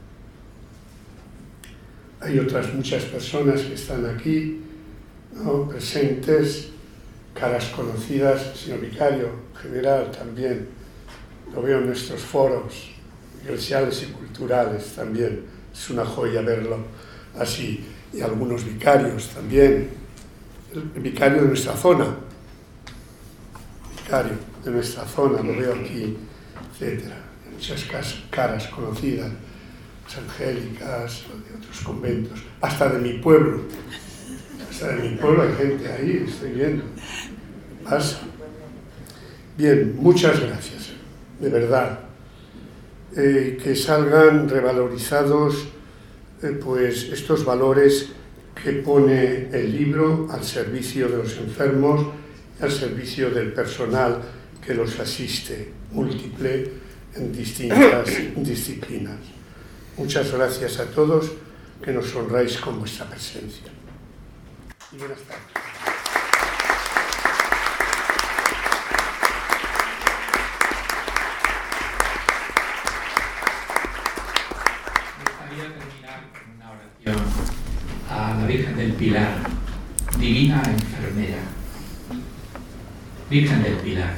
Hay otras muchas personas que están aquí, ¿no?, presentes, caras conocidas, señor vicario general también, lo veo en nuestros foros eclesiales y culturales también, es una joya verlo así, y algunos vicarios también, el vicario de nuestra zona, lo veo aquí, etcétera, muchas caras conocidas, las angélicas, de otros conventos, hasta de mi pueblo hay gente ahí, estoy viendo, pasa. Bien, muchas gracias, de verdad, que salgan revalorizados pues estos valores que pone el libro al servicio de los enfermos y al servicio del personal que los asiste, múltiple en distintas disciplinas. Muchas gracias a todos, que nos honráis con vuestra presencia. Y buenas tardes. A la Virgen del Pilar, divina enfermera. Virgen del Pilar,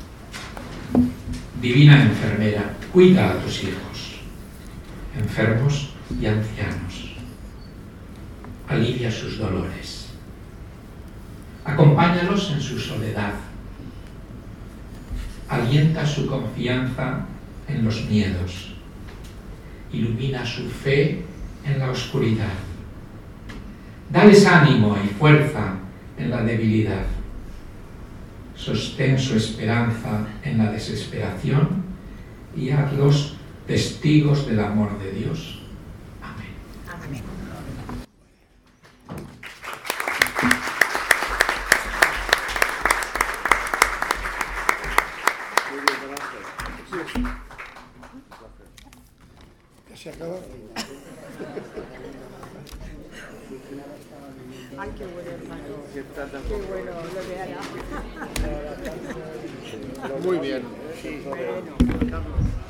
divina enfermera, cuida a tus hijos, enfermos y ancianos. Alivia sus dolores. Acompáñalos en su soledad. Alienta su confianza en los miedos. Ilumina su fe en la oscuridad. Dales ánimo y fuerza en la debilidad. Sostén su esperanza en la desesperación y hazlos testigos del amor de Dios. Amén. Amén. ¿Ya se acaba? Ay, qué bueno, hermano. Qué bueno, lo de Ana. Muy bien. Bueno, Carlos.